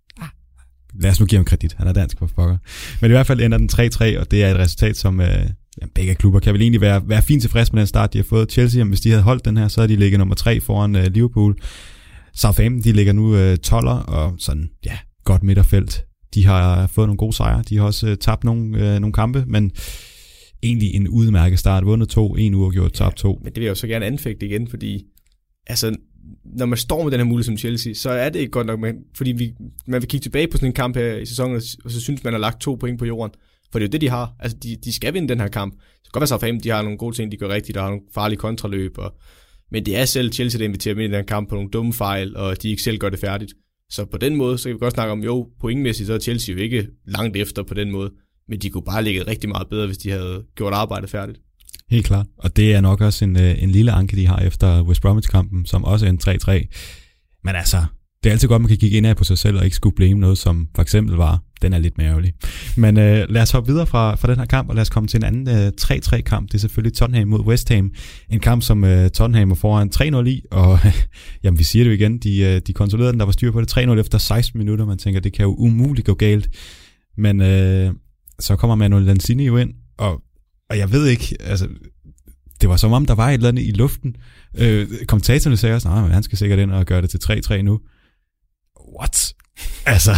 Lad os nu give ham kredit, han er dansk for pokker. Men i hvert fald ender den 3-3, og det er et resultat, som begge klubber kan vel egentlig være fint tilfreds med den start, de har fået. Chelsea, hvis de havde holdt den her, så havde de ligget nummer 3 foran Liverpool. Southampton, de ligger nu 12'er, og sådan, ja, godt midterfelt. De har fået nogle gode sejre, de har også tabt nogle kampe, men egentlig en udmærket start. Vundet 2, 1 uafgjort, tabt 2. Men det vil jeg jo så gerne anfægte igen, fordi altså, når man står med den her mulighed som Chelsea, så er det ikke godt nok, fordi man vil kigge tilbage på sådan en kamp her i sæsonen, og så synes man har lagt 2 point på jorden. For det er jo det, de har. Altså, de skal vinde den her kamp. Så godt være Southampton, de har nogle gode ting, de gør rigtigt, der har nogle farlige kontraløb, men det er selv Chelsea, der inviterer dem ind i den kamp på nogle dumme fejl, og de ikke selv gør det færdigt. Så på den måde, så kan vi godt snakke om, jo, pointmæssigt, så er Chelsea jo ikke langt efter på den måde, men de kunne bare ligge rigtig meget bedre, hvis de havde gjort arbejdet færdigt. Helt klart, og det er nok også en lille anke, de har efter West Bromwich-kampen, som også er en 3-3. Men altså, det er altid godt, man kan kigge indad på sig selv og ikke skulle blame noget, som for eksempel var. Den er lidt mere ærgerlig. Men lad os hoppe videre fra den her kamp, og lad os komme til en anden 3-3-kamp. Det er selvfølgelig Tottenham mod West Ham. En kamp, som Tottenham er foran 3-0 i, og jamen, vi siger det jo igen, de kontrollerede den, der var styr på det 3-0 efter 16 minutter. Man tænker, det kan jo umuligt gå galt. Men så kommer Manuel Lanzini jo ind, og jeg ved ikke, altså, det var som om, der var et eller andet i luften. Kommentatorerne sagde også, nej, han skal sikkert ind og gøre det til 3-3 nu. What? Altså,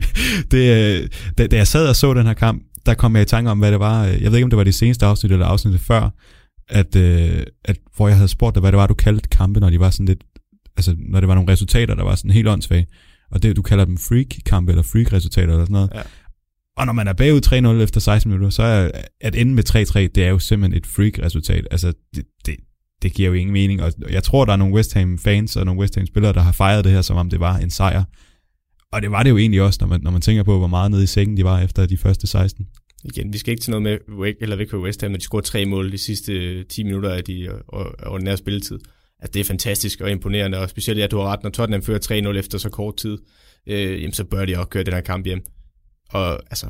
da jeg sad og så den her kamp, der kom jeg i tanke om, hvad det var. Jeg ved ikke, om det var det seneste afsnit eller afsnittet før, at hvor jeg havde spurgt dig, hvad det var, du kaldte kampe, når de var sådan lidt, altså når det var nogle resultater, der var sådan helt åndssvage. Og det, du kalder dem freak-kampe eller freak-resultater eller sådan noget. Ja. Og når man er bagud 3-0 efter 16 minutter, så er at ende med 3-3, det er jo simpelthen et freak-resultat. Altså, det giver jo ingen mening. Og jeg tror, der er nogle West Ham-fans og nogle West Ham-spillere, der har fejret det her, som om det var en sejr. Og det var det jo egentlig også, når man tænker på, hvor meget nede i sækken de var efter de første 16. Igen, vi skal ikke til noget med væk på West Ham, når de scorede 3 mål de sidste 10 minutter af de ordinære spilletid. At det er fantastisk og imponerende, og specielt at du har ret, når Tottenham fører 3-0 efter så kort tid, jamen, så bør de også køre den her kamp hjem. Og altså,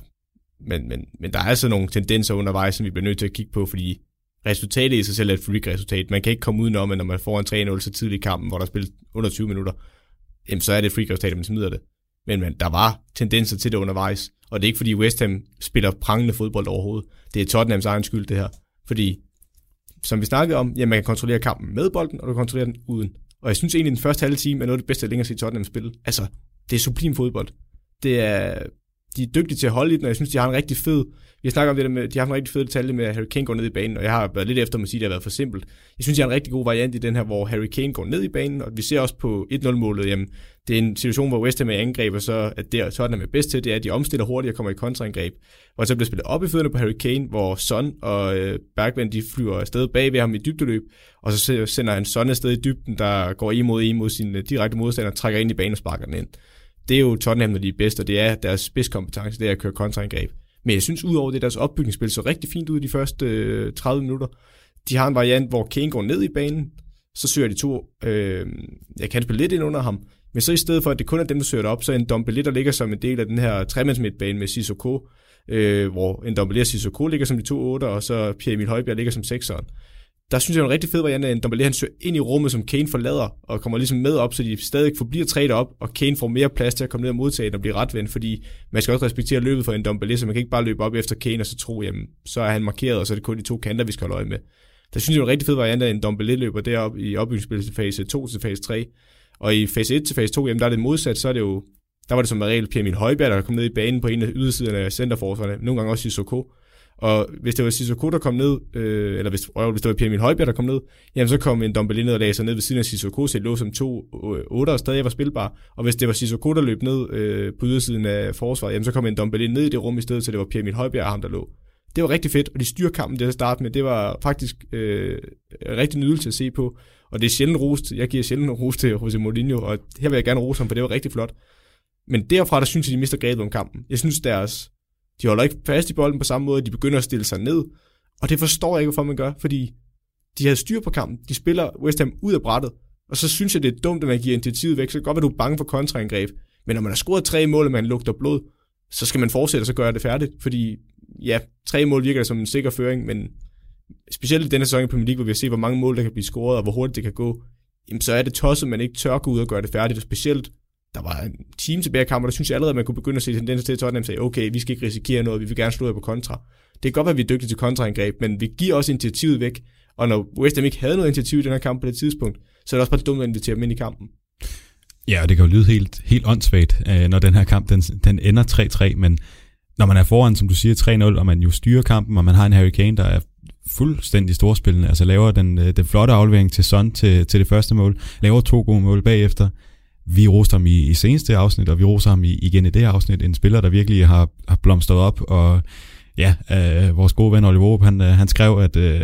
men der er altså nogle tendenser undervejs, som vi bliver nødt til at kigge på, fordi resultatet i sig selv er et freak-resultat. Man kan ikke komme udenom, at når man får en 3-0 så tidligt i kampen, hvor der er spillet under 20 minutter, jamen, så er det et freak-resultat, at man smider det. Men der var tendenser til det undervejs, og det er ikke fordi West Ham spiller prangende fodbold overhovedet. Det er Tottenhams egen skyld, det her. Fordi, som vi snakkede om, jamen, man kan kontrollere kampen med bolden, og du kan kontrollere den uden. Og jeg synes egentlig, at den første halve time er noget af det bedste, jeg længere set Tottenham spille. Altså, det er sublim fodbold. De er dygtige til at holde i den, og jeg synes, de har en rigtig fed... Vi snakker om det der med, de har en rigtig fed detalje med, at Harry Kane går ned i banen, og jeg har været lidt efter at sige, at det har været for simpelt. Jeg synes, de har en rigtig god variant i den her, hvor Harry Kane går ned i banen, og vi ser også på 1-0-målet, jamen, det er en situation, hvor West Ham er angreb, og så at det Tottenham er bedst til, det er, at de omstiller hurtigt og kommer i kontraangreb. Og så bliver spillet op i fødderne på Harry Kane, hvor Son og Bergwijn, de flyver afsted bag ved ham i dybdeløb, og så sender han Son afsted i dybden, der går en mod sin direkte modstander, trækker ind i banen og sparker den ind. Det er jo Tottenham, når de er bedst, og det er deres spidskompetence, det er at køre kontraangreb. Men jeg synes, udover det, deres opbygningsspil så rigtig fint ud i de første 30 minutter. De har en variant, hvor Kane går ned i banen, så søger de to, jeg kan spille lidt ind under ham, men så i stedet for, at det kun er dem, der søger det op, så en Ndombele, der ligger som en del af den her tremandsmidtbane med Sissoko, hvor en Ndombele og Sissoko ligger som de 2 8'er, og så Pierre Emil Højbjerg ligger som 6'eren. der synes jeg, en rigtig fed variant af en Ndombele, han søger ind i rummet, som Kane forlader, og kommer ligesom med op, så de stadig forbliver træet op, og Kane får mere plads til at komme ned og modtage den og blive retvendt, fordi man skal også respektere løbet for en Ndombele, så man kan ikke bare løbe op efter Kane, og så tro, jamen, så er han markeret, og så er det kun de to kanter, vi skal holde øje med. Der synes jeg, en rigtig fed variant af en Ndombele løber deroppe i opbygningsspillet til fase 2 til fase 3, og i fase 1 til fase 2, jamen der er det modsat, så er det jo, der var det som regel Pierre-Emil Højbjerg, der kom ned i banen på en af ydersiderne af centerforsvarerne, nogle gange også Sissoko. Og hvis det var Sissoko, der kom ned, eller hvis det var Pierre-Emil Højbjerg, der kom ned, jamen så kom en Ndombele ned og lagde sig ned ved siden af Sissoko, så det lå som 2 8'ere stadig var spilbar. Og hvis det var Sissoko, der løb ned på ydersiden af forsvaret, jamen så kom en Ndombele ned i det rum i stedet, så det var Pierre-Emil Højbjerg og ham, der lå. Det var rigtig fedt, og de styrer kampen til at starte med. Det var faktisk rigtig nydelse at se på. Og det er sjældent rost. Jeg giver sjældent rost til Jose Mourinho, og her vil jeg gerne rose ham, for det var rigtig flot. Men derfra, der synes jeg, de mister grebet om kampen. Jeg synes, de holder ikke fast i bolden på samme måde, de begynder at stille sig ned, og det forstår jeg ikke, hvorfor man gør, fordi de havde styr på kampen, de spiller West Ham ud af brættet, og så synes jeg, det er dumt, at man giver initiativet væk, så det kan godt være, du er bange for kontraangreb, men når man har scoret 3 mål, og man lugter blod, så skal man fortsætte, og så gøre det færdigt, fordi ja, 3 mål virker som en sikker føring, men specielt i denne sæson i Premier League, hvor vi har set, hvor mange mål, der kan blive scoret, og hvor hurtigt det kan gå, jamen, så er det tosset, man ikke tør gå ud og gøre det færdigt, og specielt der var en time tilbage i kampen, og der synes jeg allerede, at man kunne begynde at se tendenser til, at Tottenham sagde, okay, vi skal ikke risikere noget, vi vil gerne slå jer på kontra. Det kan godt være, at vi er dygtige til kontraangreb, men vi giver også initiativet væk, og når West Ham ikke havde noget initiativ i den her kamp på det tidspunkt, så er det også bare dumt at invitere dem ind i kampen. Ja, og det kan jo lyde helt åndssvagt, når den her kamp den ender 3-3, men når man er foran, som du siger, 3-0, og man jo styrer kampen, og man har en Harry Kane, der er fuldstændig storspillende, altså laver den flotte aflevering til Son til det første mål, laver 2 gode mål bagefter. Vi roser ham i seneste afsnit, og vi roser ham igen i det afsnit. En spiller, der virkelig har blomstret op, og ja, vores gode ven Oliver Aarup, han skrev,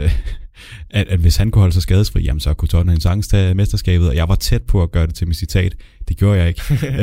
at hvis han kunne holde sig skadesfri, jamen så kunne Tottenham sagtens tage mesterskabet, og jeg var tæt på at gøre det til mit citat. Det gjorde jeg ikke.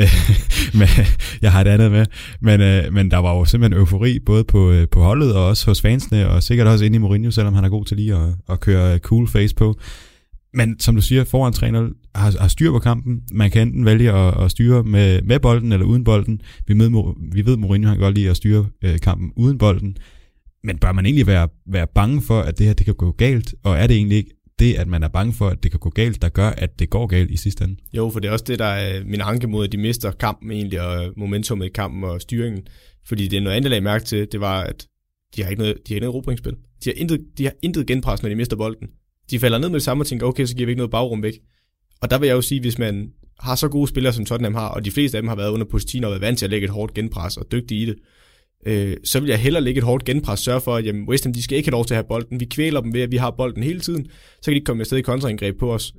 Men jeg har et andet med. Men der var jo simpelthen eufori, både på holdet og også hos fansene, og sikkert også inde i Mourinho, selvom han er god til lige at køre cool face på. Men som du siger, foran 3-0 har styr på kampen. Man kan enten vælge at styre med bolden eller uden bolden. Vi ved, Mourinho han kan godt lide at styre kampen uden bolden. Men bør man egentlig være bange for, at det her det kan gå galt? Og er det egentlig ikke det, at man er bange for, at det kan gå galt, der gør, at det går galt i sidste ende? Jo, for det er også det, der er min anke mod, at de mister kampen egentlig, og momentummet i kampen og styringen. Fordi det er noget andet, jeg mærke til, det var, at de har ikke noget erobringsspil. De har intet genpres, når de mister bolden. De falder ned med det samme og tænker, okay, så giver vi ikke noget bagrum væk. Og der vil jeg jo sige, hvis man har så gode spillere, som Tottenham har, og de fleste af dem har været under Pochettino og været vant til at lægge et hårdt genpres og dygtige i det, så vil jeg hellere lægge et hårdt genpres, sørge for, at jamen, West Ham, de skal ikke have lov til at have bolden. Vi kvæler dem ved, at vi har bolden hele tiden, så kan de ikke komme afsted i kontraangreb på os.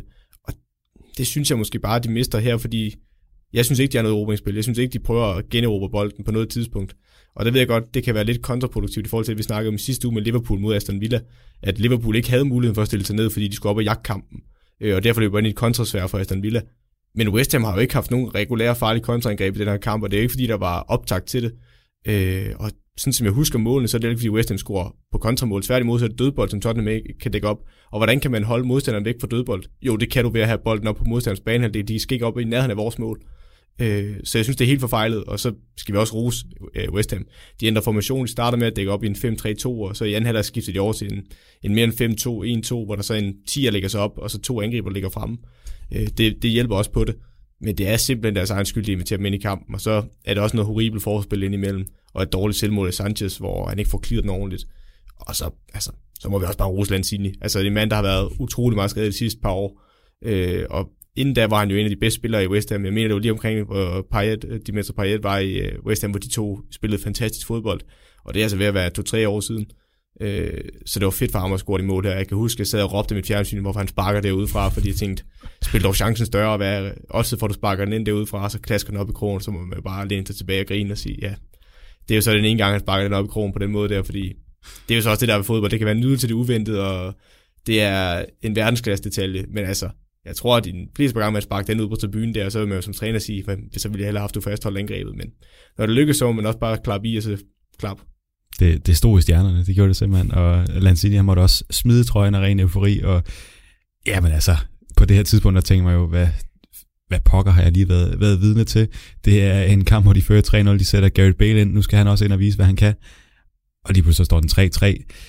Og det synes jeg måske bare, de mister her, fordi jeg synes ikke, de har noget erobringsspil. Jeg synes ikke, de prøver at generobre bolden på noget tidspunkt. Og der ved jeg godt, det kan være lidt kontraproduktivt i forhold til, at vi snakkede om sidste uge med Liverpool mod Aston Villa, at Liverpool ikke havde muligheden for at stille sig ned, fordi de skulle op og jagte kampen. Og derfor løber ind i et kontrasvær for Aston Villa. Men West Ham har jo ikke haft nogen regulære farlige kontraangreb i den her kamp, og det er ikke fordi, der var optakt til det. Og sådan som jeg husker målene, så er det ikke fordi West Ham scorer på kontramål. Tværtimod så er det dødbold, som Tottenham ikke kan dække op. Og hvordan kan man holde modstanderen væk fra dødbold? Jo, det kan du ved at have bolden op på modstanderens banehalvdel. De skal ikke op i nærheden af vores mål. Så jeg synes, det er helt forfejlet, og så skal vi også rose West Ham. De ændrer formation, de starter med at dække op i en 5-3-2, og så i anden halvleg skifter de over til en mere end 5-2-1-2, hvor der så en 10'er lægger sig op, og så 2 angriber ligger fremme. Det hjælper også på det, men det er simpelthen deres egen skyld, de inviterer dem ind i kampen, og så er det også noget horribelt forspil indimellem, og et dårligt selvmål af Sanchez, hvor han ikke får clearet den ordentligt. Og så må vi også bare rose Lanzini. Altså det er en mand, der har været utrolig meget skadet de sidste par år, og inden da var han jo en af de bedste spillere i West Ham. Jeg mener, det var lige omkring, hvor Dimitri Payet var i West Ham, hvor de to spillede fantastisk fodbold. Og det er altså ved at være 2-3 år siden. Så det var fedt for ham at score de mål her. Jeg kan huske, at jeg sad og råbte mit fjernsyn, hvorfor han sparker derudefra, fordi jeg tænkte, spil dog chancen større at være, også for at du sparker den ind derudefra, og så klasker den op i krogen, så må man bare læne sig tilbage og grine og sige, ja, det er jo så den ene gang, han sparker den op i krogen på den måde der, fordi det er jo så også det der ved fodbold. Det kan være en nydelse til det uventede, og det er en verdensklasse detalje, men altså, jeg tror, at de fleste par gange, man sparker den ud på tribunen der, så vil man jo som træner sige, så ville jeg hellere have haft du fastholdt angrebet, men når det lykkes, så må man også bare klappe i, og så klap. Det stod i stjernerne, det gjorde det simpelthen, og Lanzini han måtte også smide trøjen af ren eufori, og ja, men altså, på det her tidspunkt, der tænker man jo, hvad pokker har jeg lige været vidne til? Det er en kamp, hvor de fører 3-0, de sætter Gareth Bale ind, nu skal han også ind og vise, hvad han kan, og lige pludselig står den 3-3.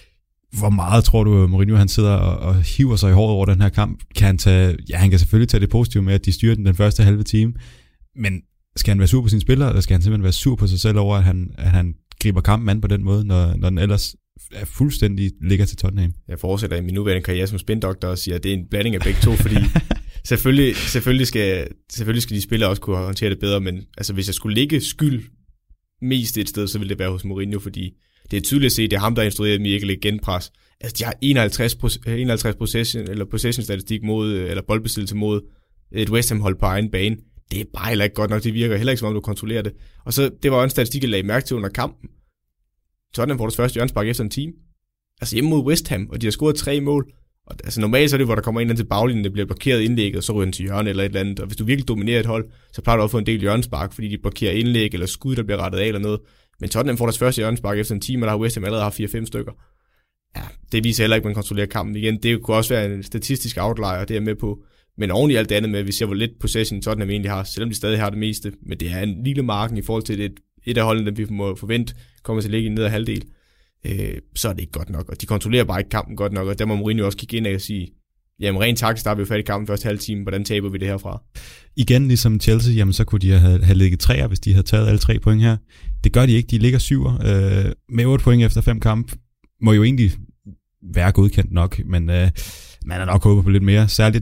Hvor meget tror du, Mourinho han sidder og hiver sig i håret over den her kamp? Han kan selvfølgelig tage det positive med, at de styrer den første halve time, men skal han være sur på sine spillere, eller skal han simpelthen være sur på sig selv over, at han griber kampen an på den måde, når den ellers er fuldstændig ligger til Tottenham? Jeg fortsætter i min nuværende karriere som spindoktor og siger, at det er en blanding af begge to, fordi selvfølgelig skal de spillere også kunne håndtere det bedre, men altså, hvis jeg skulle lægge skyld mest et sted, så ville det være hos Mourinho, fordi det er tydeligt at se, det er ham, der har instrueret dem i ikke at lægge genpres. Altså, de har 51 possession statistik mod, eller boldbesiddelse mod et West Ham hold på egen bane. Det er bare heller ikke godt nok, det virker heller ikke som om du kontrollerer det. Og så, det var også en statistik, jeg lagde mærke til under kampen. Tottenham får deres første hjørnespark efter en time. Altså hjemme mod West Ham, og de har scoret 3 mål. Og altså normalt så er det, hvor der kommer en til baglinjen, det bliver blokeret indlægget, og så ryger den til hjørne eller et eller andet. Og hvis du virkelig dominerer et hold, så plejer du at få en del hjørnespark, fordi de blokerer indlæg eller skud, der bliver rettet af eller noget. Men Tottenham får deres første hjørnespark efter en time, og der har West Ham allerede haft 4-5 stykker. Ja, det viser heller ikke, at man kontrollerer kampen igen. Det kunne også være en statistisk outlier, det er med på. Men oven i alt det andet med, at vi ser, hvor lidt possession Tottenham egentlig har, selvom de stadig har det meste. Men det er en lille marken i forhold til et af holdene, vi må forvente kommer til at ligge i neder halvdel. Så er det ikke godt nok. Og de kontrollerer bare ikke kampen godt nok. Og der må Mourinho også kigge ind og sige, jamen rent taktisk, der har vi jo fat i kampen første halve time. Hvordan taber vi det herfra? Igen, ligesom Chelsea, jamen så kunne de have ligget 3'er, hvis de havde taget alle 3 point her. Det gør de ikke. De ligger 7'er. Med 8 point efter 5 kampe. Må jo egentlig være godkendt nok, men man er nok håbet på lidt mere. Særligt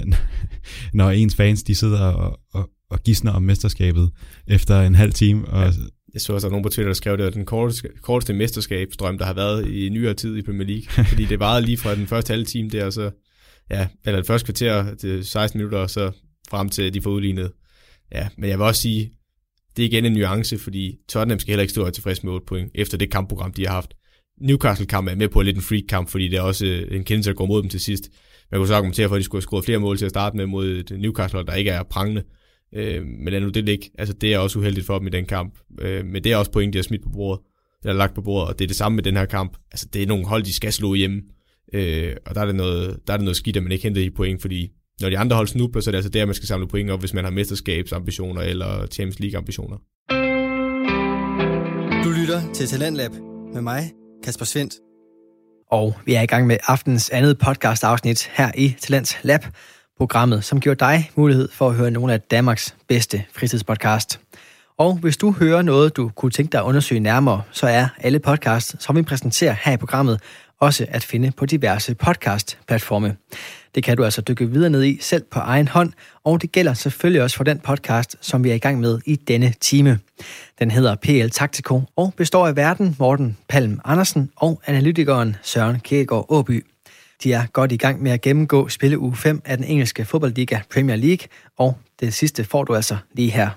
når ens fans, de sidder og gisner om mesterskabet efter en halv time. Og ja. Jeg så også, at nogen på Twitter, der skrev, det var den korteste mesterskabsdrøm, der har været i nyere tid i Premier League. Fordi det varede lige fra den første halve time der, og så, ja, eller det første kvarter til 16 minutter, og så frem til de får udlignet. Ja, men jeg vil også sige, det er igen en nuance, fordi Tottenham skal heller ikke stå og tilfreds med 8 point, efter det kampprogram, de har haft. Newcastle-kamp er med på lidt en freak-kamp, fordi det er også en kendelse, der går mod dem til sidst. Man kunne så argumentere for, at de skulle have scoret flere mål til at starte med mod et Newcastle, der ikke er prangende. Men lad nu det ligge. Altså, det er også uheldigt for dem i den kamp. Men det er også point, de har smidt på bordet, eller lagt på bordet, og det er det samme med den her kamp. Altså, det er nogle hold, de skal slå hjemme. Og der er det noget skidt, at man ikke henter i point, fordi når de andre hold snubler, så er det altså der, man skal samle point op, hvis man har mesterskabsambitioner eller Champions League-ambitioner. Du lytter til Talentlab med mig, Kasper Svendt. Og vi er i gang med aftens andet podcast-afsnit her i Talents Lab, programmet, som giver dig mulighed for at høre nogle af Danmarks bedste fritidspodcast. Og hvis du hører noget, du kunne tænke dig at undersøge nærmere, så er alle podcasts, som vi præsenterer her i programmet, også at finde på diverse podcast-platforme. Det kan du altså dykke videre ned i selv på egen hånd, og det gælder selvfølgelig også for den podcast, som vi er i gang med i denne time. Den hedder PL Taktiko og består af værten Morten Palm Andersen og analytikeren Søren Kjærgaard Åby. De er godt i gang med at gennemgå spilleuge 5 af den engelske fodboldliga Premier League, og det sidste får du altså lige her.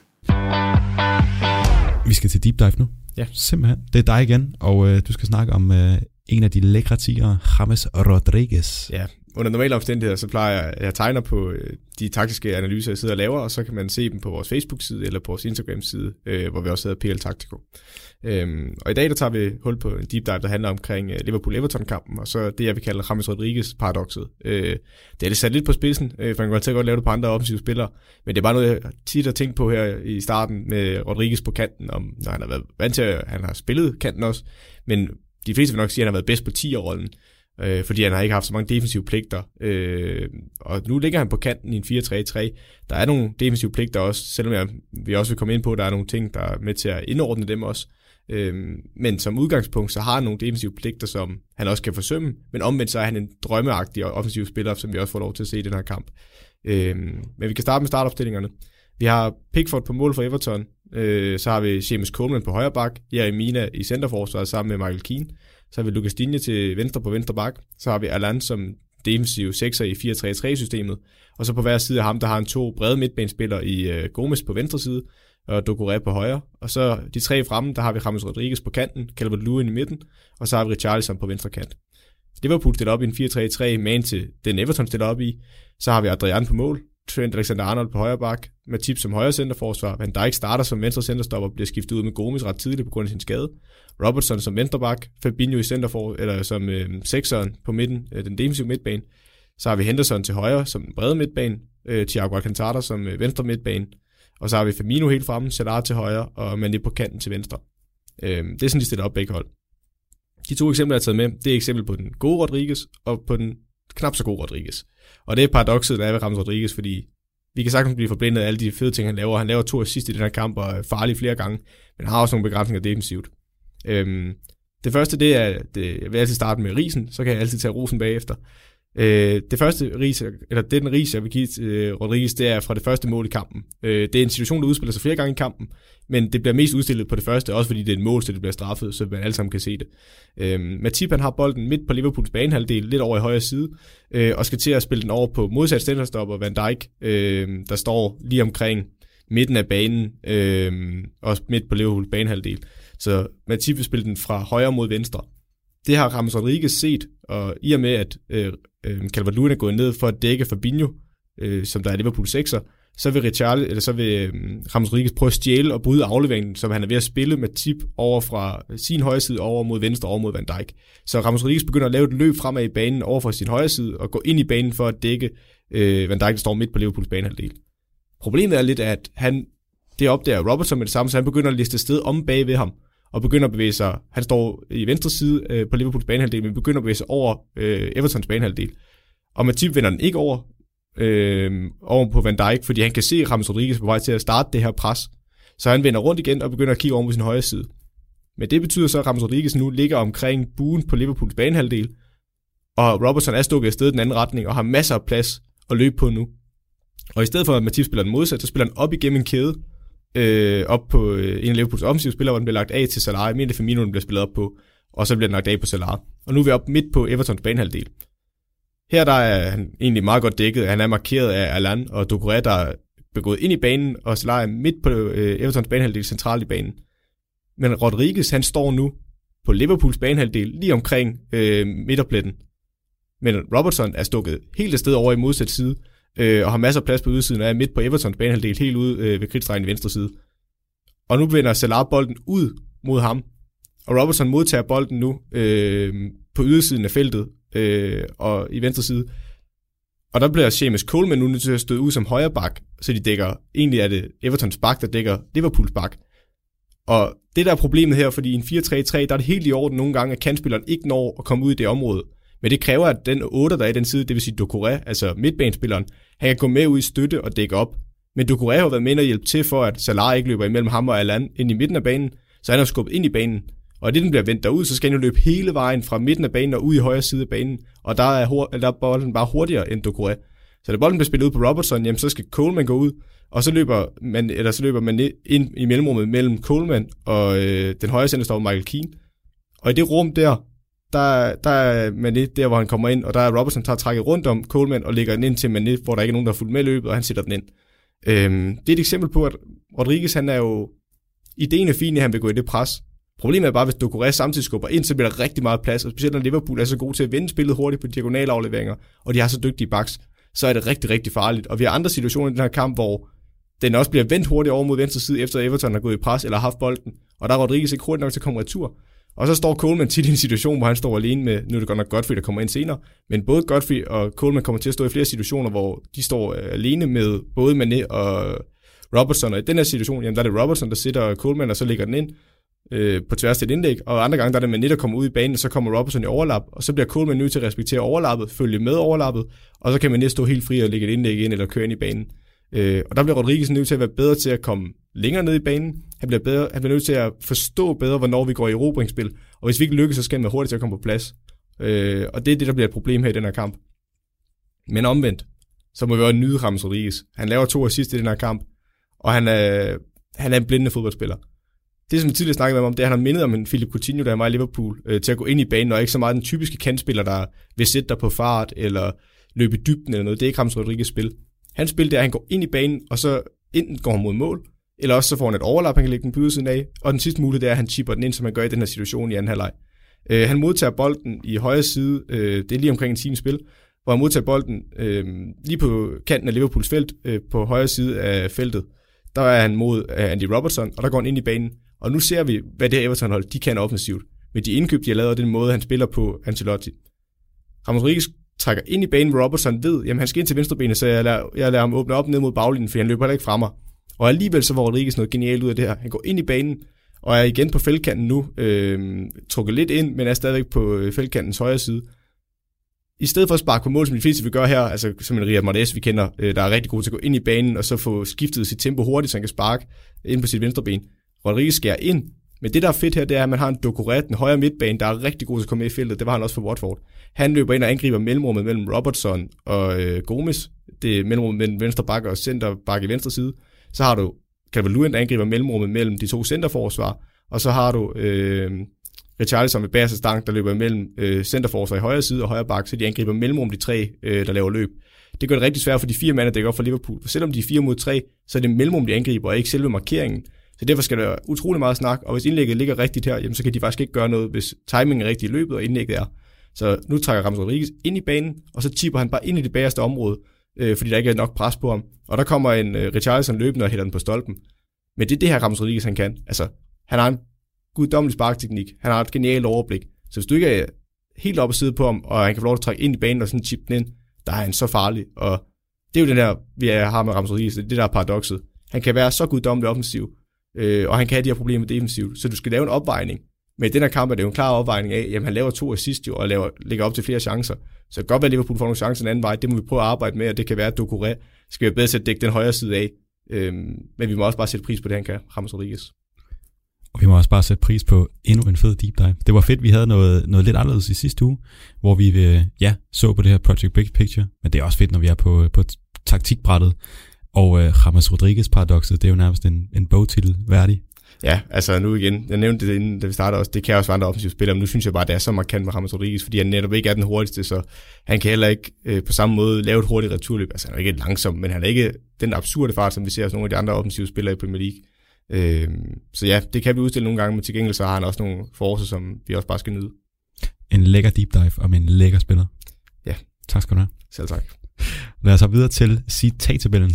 Vi skal til deep dive nu. Ja. Simpelthen. Det er dig igen, og du skal snakke om en af de lækre tigere, James Rodriguez. Ja, under normale omstændigheder, så plejer jeg at tegne på de taktiske analyser, jeg sidder og laver, og så kan man se dem på vores Facebook-side eller på vores Instagram-side, hvor vi også hedder PL Taktiko. Og i dag der tager vi hul på en deep dive, der handler omkring Liverpool-Everton-kampen, og så det, jeg vil kalde James Rodriguez-paradokset. Det er det sat lidt på spidsen, for man kan godt lave det på andre offensive spillere, men det er bare noget, jeg tit har tænkt på her i starten med Rodriguez på kanten, når han har været vant til, at han har spillet kanten også, men de fleste vil nok sige, at han har været bedst på 10'er-rollen, fordi han har ikke haft så mange defensive pligter. Og nu ligger han på kanten i en 4-3-3. Der er nogle defensive pligter også, selvom vi også vil komme ind på, at der er nogle ting, der er med til at indordne dem også. Men som udgangspunkt, så har han nogle defensive pligter, som han også kan forsømme, men omvendt så er han en drømmeagtig og offensiv spiller, som vi også får lov til at se i den her kamp. Men vi kan starte med startopstillingerne. Vi har Pickford på mål for Everton, så har vi Seamus Coleman på højre bak, Jeremina i centerforsvaret sammen med Michael Keane, så har vi Lucas Digne til venstre på venstre bak, så har vi Allan som defensiv 6'er i 4-3-3-systemet, og så på hver side af ham, der har han 2 brede midtbanespillere i Gomez på venstre side, og Doucouré på højre, og så de 3 fremme, der har vi James Rodriguez på kanten, Calvert-Lewin i midten, og så har vi Richarlison på venstre kant. Liverpool stiller op i en 4-3-3, man til den Everton stiller op i, så har vi Adrian på mål, Trent Alexander-Arnold på højre bak, Matip som højre centerforsvar, Van Dijk starter som venstre centerstopper og bliver skiftet ud med Gomez ret tidligt på grund af sin skade, Robertson som venstre bak, Fabinho i eller som sekseren på midten, den defensive midtbane, så har vi Henderson til højre som brede midtbane, Thiago Alcantara som venstre midtbane, og så har vi Firmino helt fremme, Salah til højre og Mané på kanten til venstre. Det er sådan, de stiller op begge hold. De 2 eksempler, jeg har taget med, det er eksempel på den gode Rodriguez og på den knap så gode Rodriguez. Og det er paradokset, der er ved James Rodriguez, fordi vi kan sagtens blive forblændet af alle de fede ting, han laver. Han laver 2 assist i den her kamp og er farlig flere gange, men har også nogle begrænsninger defensivt. Det første, det er, jeg vil altid starte med risen, så kan jeg altid tage rosen bagefter. Det første ris, eller den ris, jeg vil give til Rodriguez, det er fra det første mål i kampen. Det er en situation, der udspiller sig flere gange i kampen, men det bliver mest udstillet på det første, også fordi det er et mål, så det bliver straffet, så man alle sammen kan se det. Matip, han har bolden midt på Liverpools banehalvdel, lidt over i højre side, og skal til at spille den over på modsat centerstopper Van Dijk, der står lige omkring midten af banen, også midt på Liverpools banehalvdel. Så Matip vil spille den fra højre mod venstre. Det har James Rodriguez set, og i og med, at Calvert-Lewin er gået ned for at dække Fabinho, som der er Liverpools 6'er, så vil James Rodriguez prøve at stjæle og bryde afleveringen, som han er ved at spille med tip over fra sin højre side over mod venstre, over mod Van Dijk. Så James Rodriguez begynder at lave et løb fremad i banen over fra sin højre side og gå ind i banen for at dække Van Dijk, der står midt på Liverpools banehalvdel. Problemet er lidt, at det opdager Robertson med det samme, så han begynder at liste sted om bag ved ham, og begynder at bevæge sig, han står i venstre side på Liverpools banehalvdel, men begynder at bevæge sig over Evertons banehalvdel. Og Matip vender den ikke over på Van Dijk, fordi han kan se James Rodriguez på vej til at starte det her pres. Så han vender rundt igen og begynder at kigge over på sin højre side. Men det betyder så, at James Rodriguez nu ligger omkring buen på Liverpools banehalvdel, og Robertson er stukket afsted i den anden retning og har masser af plads at løbe på nu. Og i stedet for at Matip spiller den modsat, så spiller han op igennem en kæde, op på en af Liverpools offensive spillere, hvor den bliver lagt af til Salah. Jeg mener, det Firmino, den bliver spillet op på, og så bliver den lagt af på Salah. Og nu er vi op midt på Evertons banehalvdel. Her der er han egentlig meget godt dækket. Han er markeret af Allan og Doucouré, der er begået ind i banen, og Salah er midt på Evertons banehalvdel, centralt i banen. Men Rodriguez, han står nu på Liverpools banehalvdel, lige omkring midterpletten. Men Robertson er stukket helt afsted over i modsat side, og har masser af plads på ydersiden, og er midt på Evertons banehalvdel, helt ude ved kridtstregen i venstre side. Og nu vender Salah bolden ud mod ham, og Robertson modtager bolden nu på ydersiden af feltet, og i venstre side. Og der bliver Seamus Coleman nu nødt til at støde ud som højre bak, så de dækker, egentlig er det Evertons bak, der dækker Liverpools bak. Og det der er problemet her, fordi i en 4-3-3, der er det helt i orden nogle gange, at kantspilleren ikke når at komme ud i det område. Men det kræver, at den 8, der er i den side, det vil sige Doucouré, altså midtbanespilleren, han kan gå med ud i støtte og dække op. Men Doucouré har været med at hjælpe til for, at Salah ikke løber imellem ham og Allan ind i midten af banen, så han har skubbet ind i banen. Og i det, den bliver vendt derud, så skal han jo løbe hele vejen fra midten af banen og ud i højre side af banen. Og der er bolden bare hurtigere end Doucouré. Så da bolden bliver spillet ud på Robertson, jamen så skal Coleman gå ud, og så løber man ind i mellemrummet mellem Coleman og den højre centerstopper Michael Keane. Og i det rum der er Mané der, hvor han kommer ind, og der er Robertson, der trækket rundt om Coleman og lægger den ind til Mané, hvor der ikke er nogen, der er fuldt med løbet, og han sætter den ind. Det er et eksempel på, at Rodriguez, han er jo, ideen er fin, at han vil gå i det pres. Problemet er bare, hvis Doucouré samtidig skubber ind, så bliver der rigtig meget plads, og specielt når Liverpool er så god til at vende spillet hurtigt på diagonalafleveringer, og de har så dygtige backs, så er det rigtig, rigtig farligt. Og vi har andre situationer i den her kamp, hvor den også bliver vendt hurtigt over mod venstre side, efter Everton har gået i pres eller har haft bolden, og der er Rodriguez ikke hurtigt nok til at komme retur. Og så står Coleman tit i en situation, hvor han står alene med, nu er det godt nok Godfrey, der kommer ind senere, men både Godfrey og Coleman kommer til at stå i flere situationer, hvor de står alene med både Mané og Robertson, og i den her situation, jamen der er det Robertson, der sætter Coleman, og så lægger den ind på tværs til et indlæg, og andre gange der er det Mané, der kommer ud i banen, og så kommer Robertson i overlap, og så bliver Coleman nødt til at respektere overlappet, følge med overlappet, og så kan Mané stå helt fri og lægge et indlæg ind, eller køre ind i banen. Og der bliver Rodriguez nødt til at være bedre til at komme længere ned i banen. Han bliver nødt til at forstå bedre, hvornår vi går i erobringsspil. Og hvis vi ikke lykkes, så skal han være hurtigt til at komme på plads. Og det er det, der bliver et problem her i den her kamp. Men omvendt, så må vi også nyde James Rodriguez. Han laver 2 assist i den her kamp, og han er en blindende fodboldspiller. Det, som vi tidligere snakkede med om, det er, at han har mindet om en Philippe Coutinho, der er meget i Liverpool, til at gå ind i banen, og ikke så meget den typiske kantspiller, der vil sætte dig på fart, eller løbe i dybden eller noget. Det er ikke James Rodriguez' spil. Hans spil, det er, at han går ind i banen, og så enten går han mod mål, eller også så får han et overlap, han kan lægge den på ydersiden af, og den sidste mulighed, det er, at han chipper den ind, som han gør i den her situation i anden halvleg. Han modtager bolden i højre side, det er lige omkring en times spil, hvor han modtager bolden lige på kanten af Liverpools felt, på højre side af feltet. Der er han mod Andy Robertson, og der går han ind i banen, og nu ser vi, hvad det her Everton-hold, de kan offensivt, med de indkøb, de har lavet, og den måde, han spiller på Ancelotti. James Rodriguez trækker ind i banen, hvor Robertson ved, jamen han skal ind til venstrebenet, så jeg lader ham åbne op ned mod baglinjen, for han løber heller ikke fra mig. Og alligevel så var Rodriguez noget genialt ud af det her. Han går ind i banen, og er igen på feltkanten nu, trukket lidt ind, men er stadigvæk på feltkantens højre side. I stedet for at sparke på mål, som de fleste vil gøre her, altså som en Riyad Mahrez, vi kender, der er rigtig god til at gå ind i banen, og så få skiftet sit tempo hurtigt, så han kan sparke ind på sit venstre ben. Rodriguez skærer ind, men det, der er fedt her, det er, at man har en Doucouré, den højre midtbane, der er rigtig god til at komme med i feltet. Det var han også for Watford. Han løber ind og angriber mellemrummet mellem Robertson og Gomes. Det er mellemrummet mellem venstre bakke og center bakke i venstre side. Så har du Calvert-Lewin, der angriber mellemrummet mellem de to centerforsvar. Og så har du Richarlison med bagerste stang, der løber imellem centerforsvar i højre side og højre bakke, så de angriber mellemrum de tre, der laver løb. Det gør det rigtig svært for de 4 mand at dække op for Liverpool. For selvom de er 4 mod 3, så er det mellemrum, de angriber, og ikke selve markeringen. Så derfor skal der være utrolig meget snak, og hvis indlægget ligger rigtigt her, jamen, så kan de faktisk ikke gøre noget, hvis timingen er rigtig i løbet, og indlægget er. Så nu trækker James Rodriguez ind i banen, og så tipper han bare ind i det bagerste område, fordi der ikke er nok pres på ham. Og der kommer en Richarlison løbende og hælder den på stolpen. Men det er det her James Rodriguez, han kan. Altså, han har en guddommelig sparkteknik. Han har et genialt overblik. Så hvis du ikke er helt oppe at sidde på ham, og han kan få lov at trække ind i banen og sådan chippe den ind, der er han så farlig. Og det er jo den der, vi har med James Rodriguez, det der er paradokset. Han kan være så guddommelig offensiv, og han kan have de her problemer defensivt. Så du skal lave en opvejning. Men i den her kamp er det jo en klar opvejning af, jamen han laver 2 assist jo, og lægger op til flere chancer. Så det kan godt være, at Liverpool får nogle chancer en anden vej. Det må vi prøve at arbejde med, og det kan være, at Doucouré skal være bedre til at dække den højre side af. Men vi må også bare sætte pris på det, han kan, James Rodriguez. Og vi må også bare sætte pris på endnu en fed deep dive. Det var fedt, vi havde noget lidt anderledes i sidste uge, hvor vi så på det her Project Big Picture. Men det er også fedt, når vi er på taktikbrættet. Og James Rodriguez-paradokset, det er jo nærmest en bogtitel værdig. Ja, altså nu igen, jeg nævnte det inden, da vi startede også, det kan også være andre offensive spillere, men nu synes jeg bare, det er så markant med James Rodriguez, fordi han netop ikke er den hurtigste, så han kan heller ikke på samme måde lave et hurtigt returløb. Altså han er ikke langsom, men han er ikke den absurde fart, som vi ser hos nogle af de andre offensive spillere i Premier League. Så ja, det kan vi udstille nogle gange, men til gengæld så har han også nogle forcer, som vi også bare skal nyde. En lækker deep dive om en lækker spiller. Ja. Tak skal du have. Selv tak. Lad os så videre til citattabellen.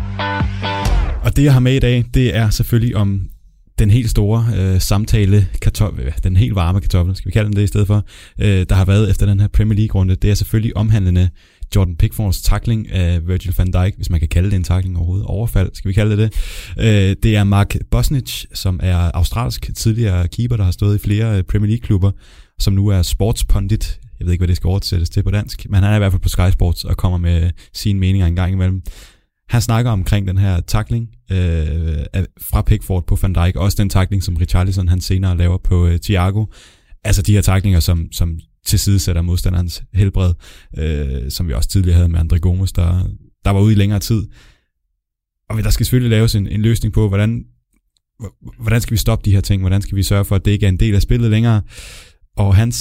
Og det jeg har med i dag, det er selvfølgelig om den helt store samtale, den helt varme kartoffel, skal vi kalde den det i stedet for, der har været efter den her Premier League-runde. Det er selvfølgelig omhandlende Jordan Pickfords tackling af Virgil van Dijk, hvis man kan kalde det en tackling overhovedet. Overfald, skal vi kalde det det. Det er Mark Bosnich, som er australsk tidligere keeper, der har stået i flere Premier League-klubber, som nu er sportspundit. Jeg ved ikke, hvad det skal oversættes til på dansk, men han er i hvert fald på Sky Sports og kommer med sine meninger en gang imellem. Han snakker omkring den her tackling fra Pickford på Van Dijk, også den tackling, som Richarlison han senere laver på Thiago. Altså de her tacklinger, som tilsidesætter modstanderens helbred, som vi også tidligere havde med André Gomes, der var ude i længere tid. Og der skal selvfølgelig laves en løsning på, hvordan skal vi stoppe de her ting, hvordan skal vi sørge for, at det ikke er en del af spillet længere. Og hans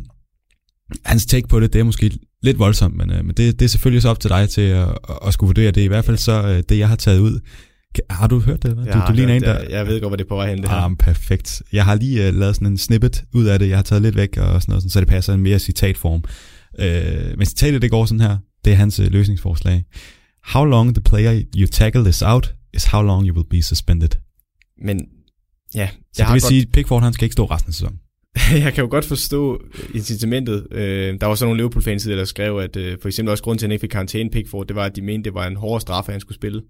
take på det er måske lidt voldsomt, men det er selvfølgelig så op til dig til at skulle vurdere det. I hvert fald så det, jeg har taget ud. Har du hørt det? Du ligner en, der... Jeg ved godt, hvor det er på vej hen, det her. Perfekt. Jeg har lige lavet sådan en snippet ud af det. Jeg har taget lidt væk, og sådan noget, så det passer en mere citatform. Men citatet, det går sådan her. Det er hans løsningsforslag. How long the player you tackle is out, is how long you will be suspended. Men ja... Så det vil sige, at Pickford, han skal ikke stå resten af sæsonen. Jeg kan jo godt forstå incitamentet. Der var så nogle Liverpool-fans, der skrev, at for eksempel også grund til, at han ikke fik karantæne Pickford, det var, at de mente, det var en hårdere straf, at han skulle spille.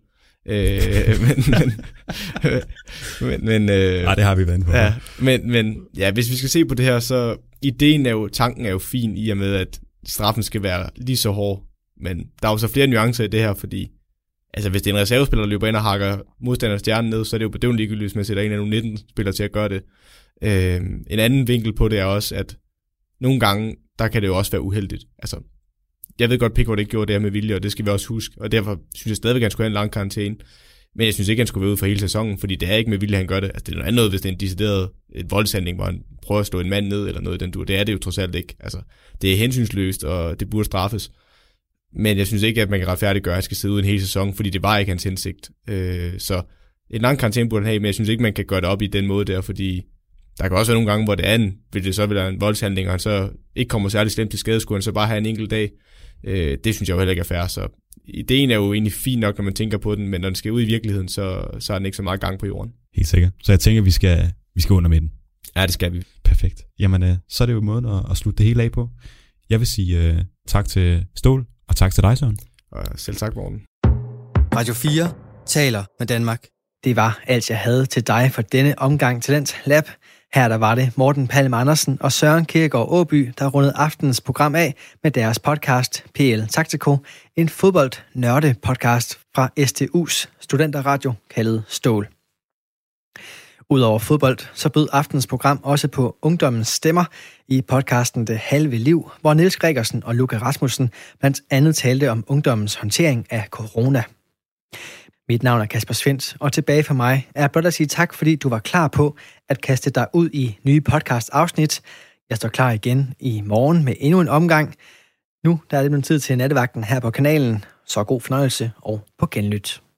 Men det har vi været inde på. Ja, men ja, hvis vi skal se på det her, så tanken er jo fin i og med, at straffen skal være lige så hård. Men der er jo så flere nuancer i det her, fordi altså, hvis det er en reservespiller, der løber ind og hakker modstanderens stjerne ned, så er det jo bedøvende ligegyldigt, hvis man sætter en af nogle 19-spillere til at gøre det. En anden vinkel på det er også, at nogle gange, der kan det jo også være uheldigt. Altså, jeg ved godt, Pickford ikke gjorde det her med vilje, og det skal vi også huske, og derfor synes jeg stadigvæk, at han skulle have en lang karantæne. Men jeg synes ikke, at han skulle være ude for hele sæsonen, fordi det er ikke med vilje, han gør det. Altså, det er noget andet, hvis det er en decideret voldshandling, hvor han prøver at slå en mand ned, eller noget den dur. Det er det jo trods alt ikke. Altså, det er hensynsløst, og det burde straffes. Men jeg synes ikke, at man kan retfærdiggøre, at han skal sidde ude en hel sæson, fordi det var ikke hans hensigt. Så en lang karantæne burde han have, men jeg synes ikke, man kan gøre det op i den måde der, fordi der kan også være nogle gange, hvor det så vil være en voldshandling, og han så ikke kommer særlig slemt til skade, skulle han så bare have en enkelt dag. Det synes jeg jo heller ikke er fair, så ideen er jo egentlig fin nok, når man tænker på den, men når den skal ud i virkeligheden, så er den ikke så meget gang på jorden. Helt sikkert. Så jeg tænker, vi skal under midten. Ja, det skal vi. Perfekt. Jamen, så er det jo måden at slutte det hele af på. Jeg vil sige tak til Stål, og tak til dig, Søren. Og selv tak, Morten. Radio 4 taler med Danmark. Det var alt, jeg havde til dig for denne omgang Talent Lab. Her der var det Morten Palm Andersen og Søren Kierkegaard Åby, der rundede aftenens program af med deres podcast PL Taktiko, en fodboldnørde podcast fra STU's studenterradio kaldet Stål. Udover fodbold, så bød aftens program også på ungdommens stemmer i podcasten Det Halve Liv, hvor Niels Gregersen og Luca Rasmussen blandt andet talte om ungdommens håndtering af corona. Mit navn er Kasper Svendt, og tilbage for mig er blot at sige tak, fordi du var klar på at kaste dig ud i nye podcast-afsnit. Jeg står klar igen i morgen med endnu en omgang. Nu der er det blevet tid til nattevagten her på kanalen, så god fornøjelse og på genlyt.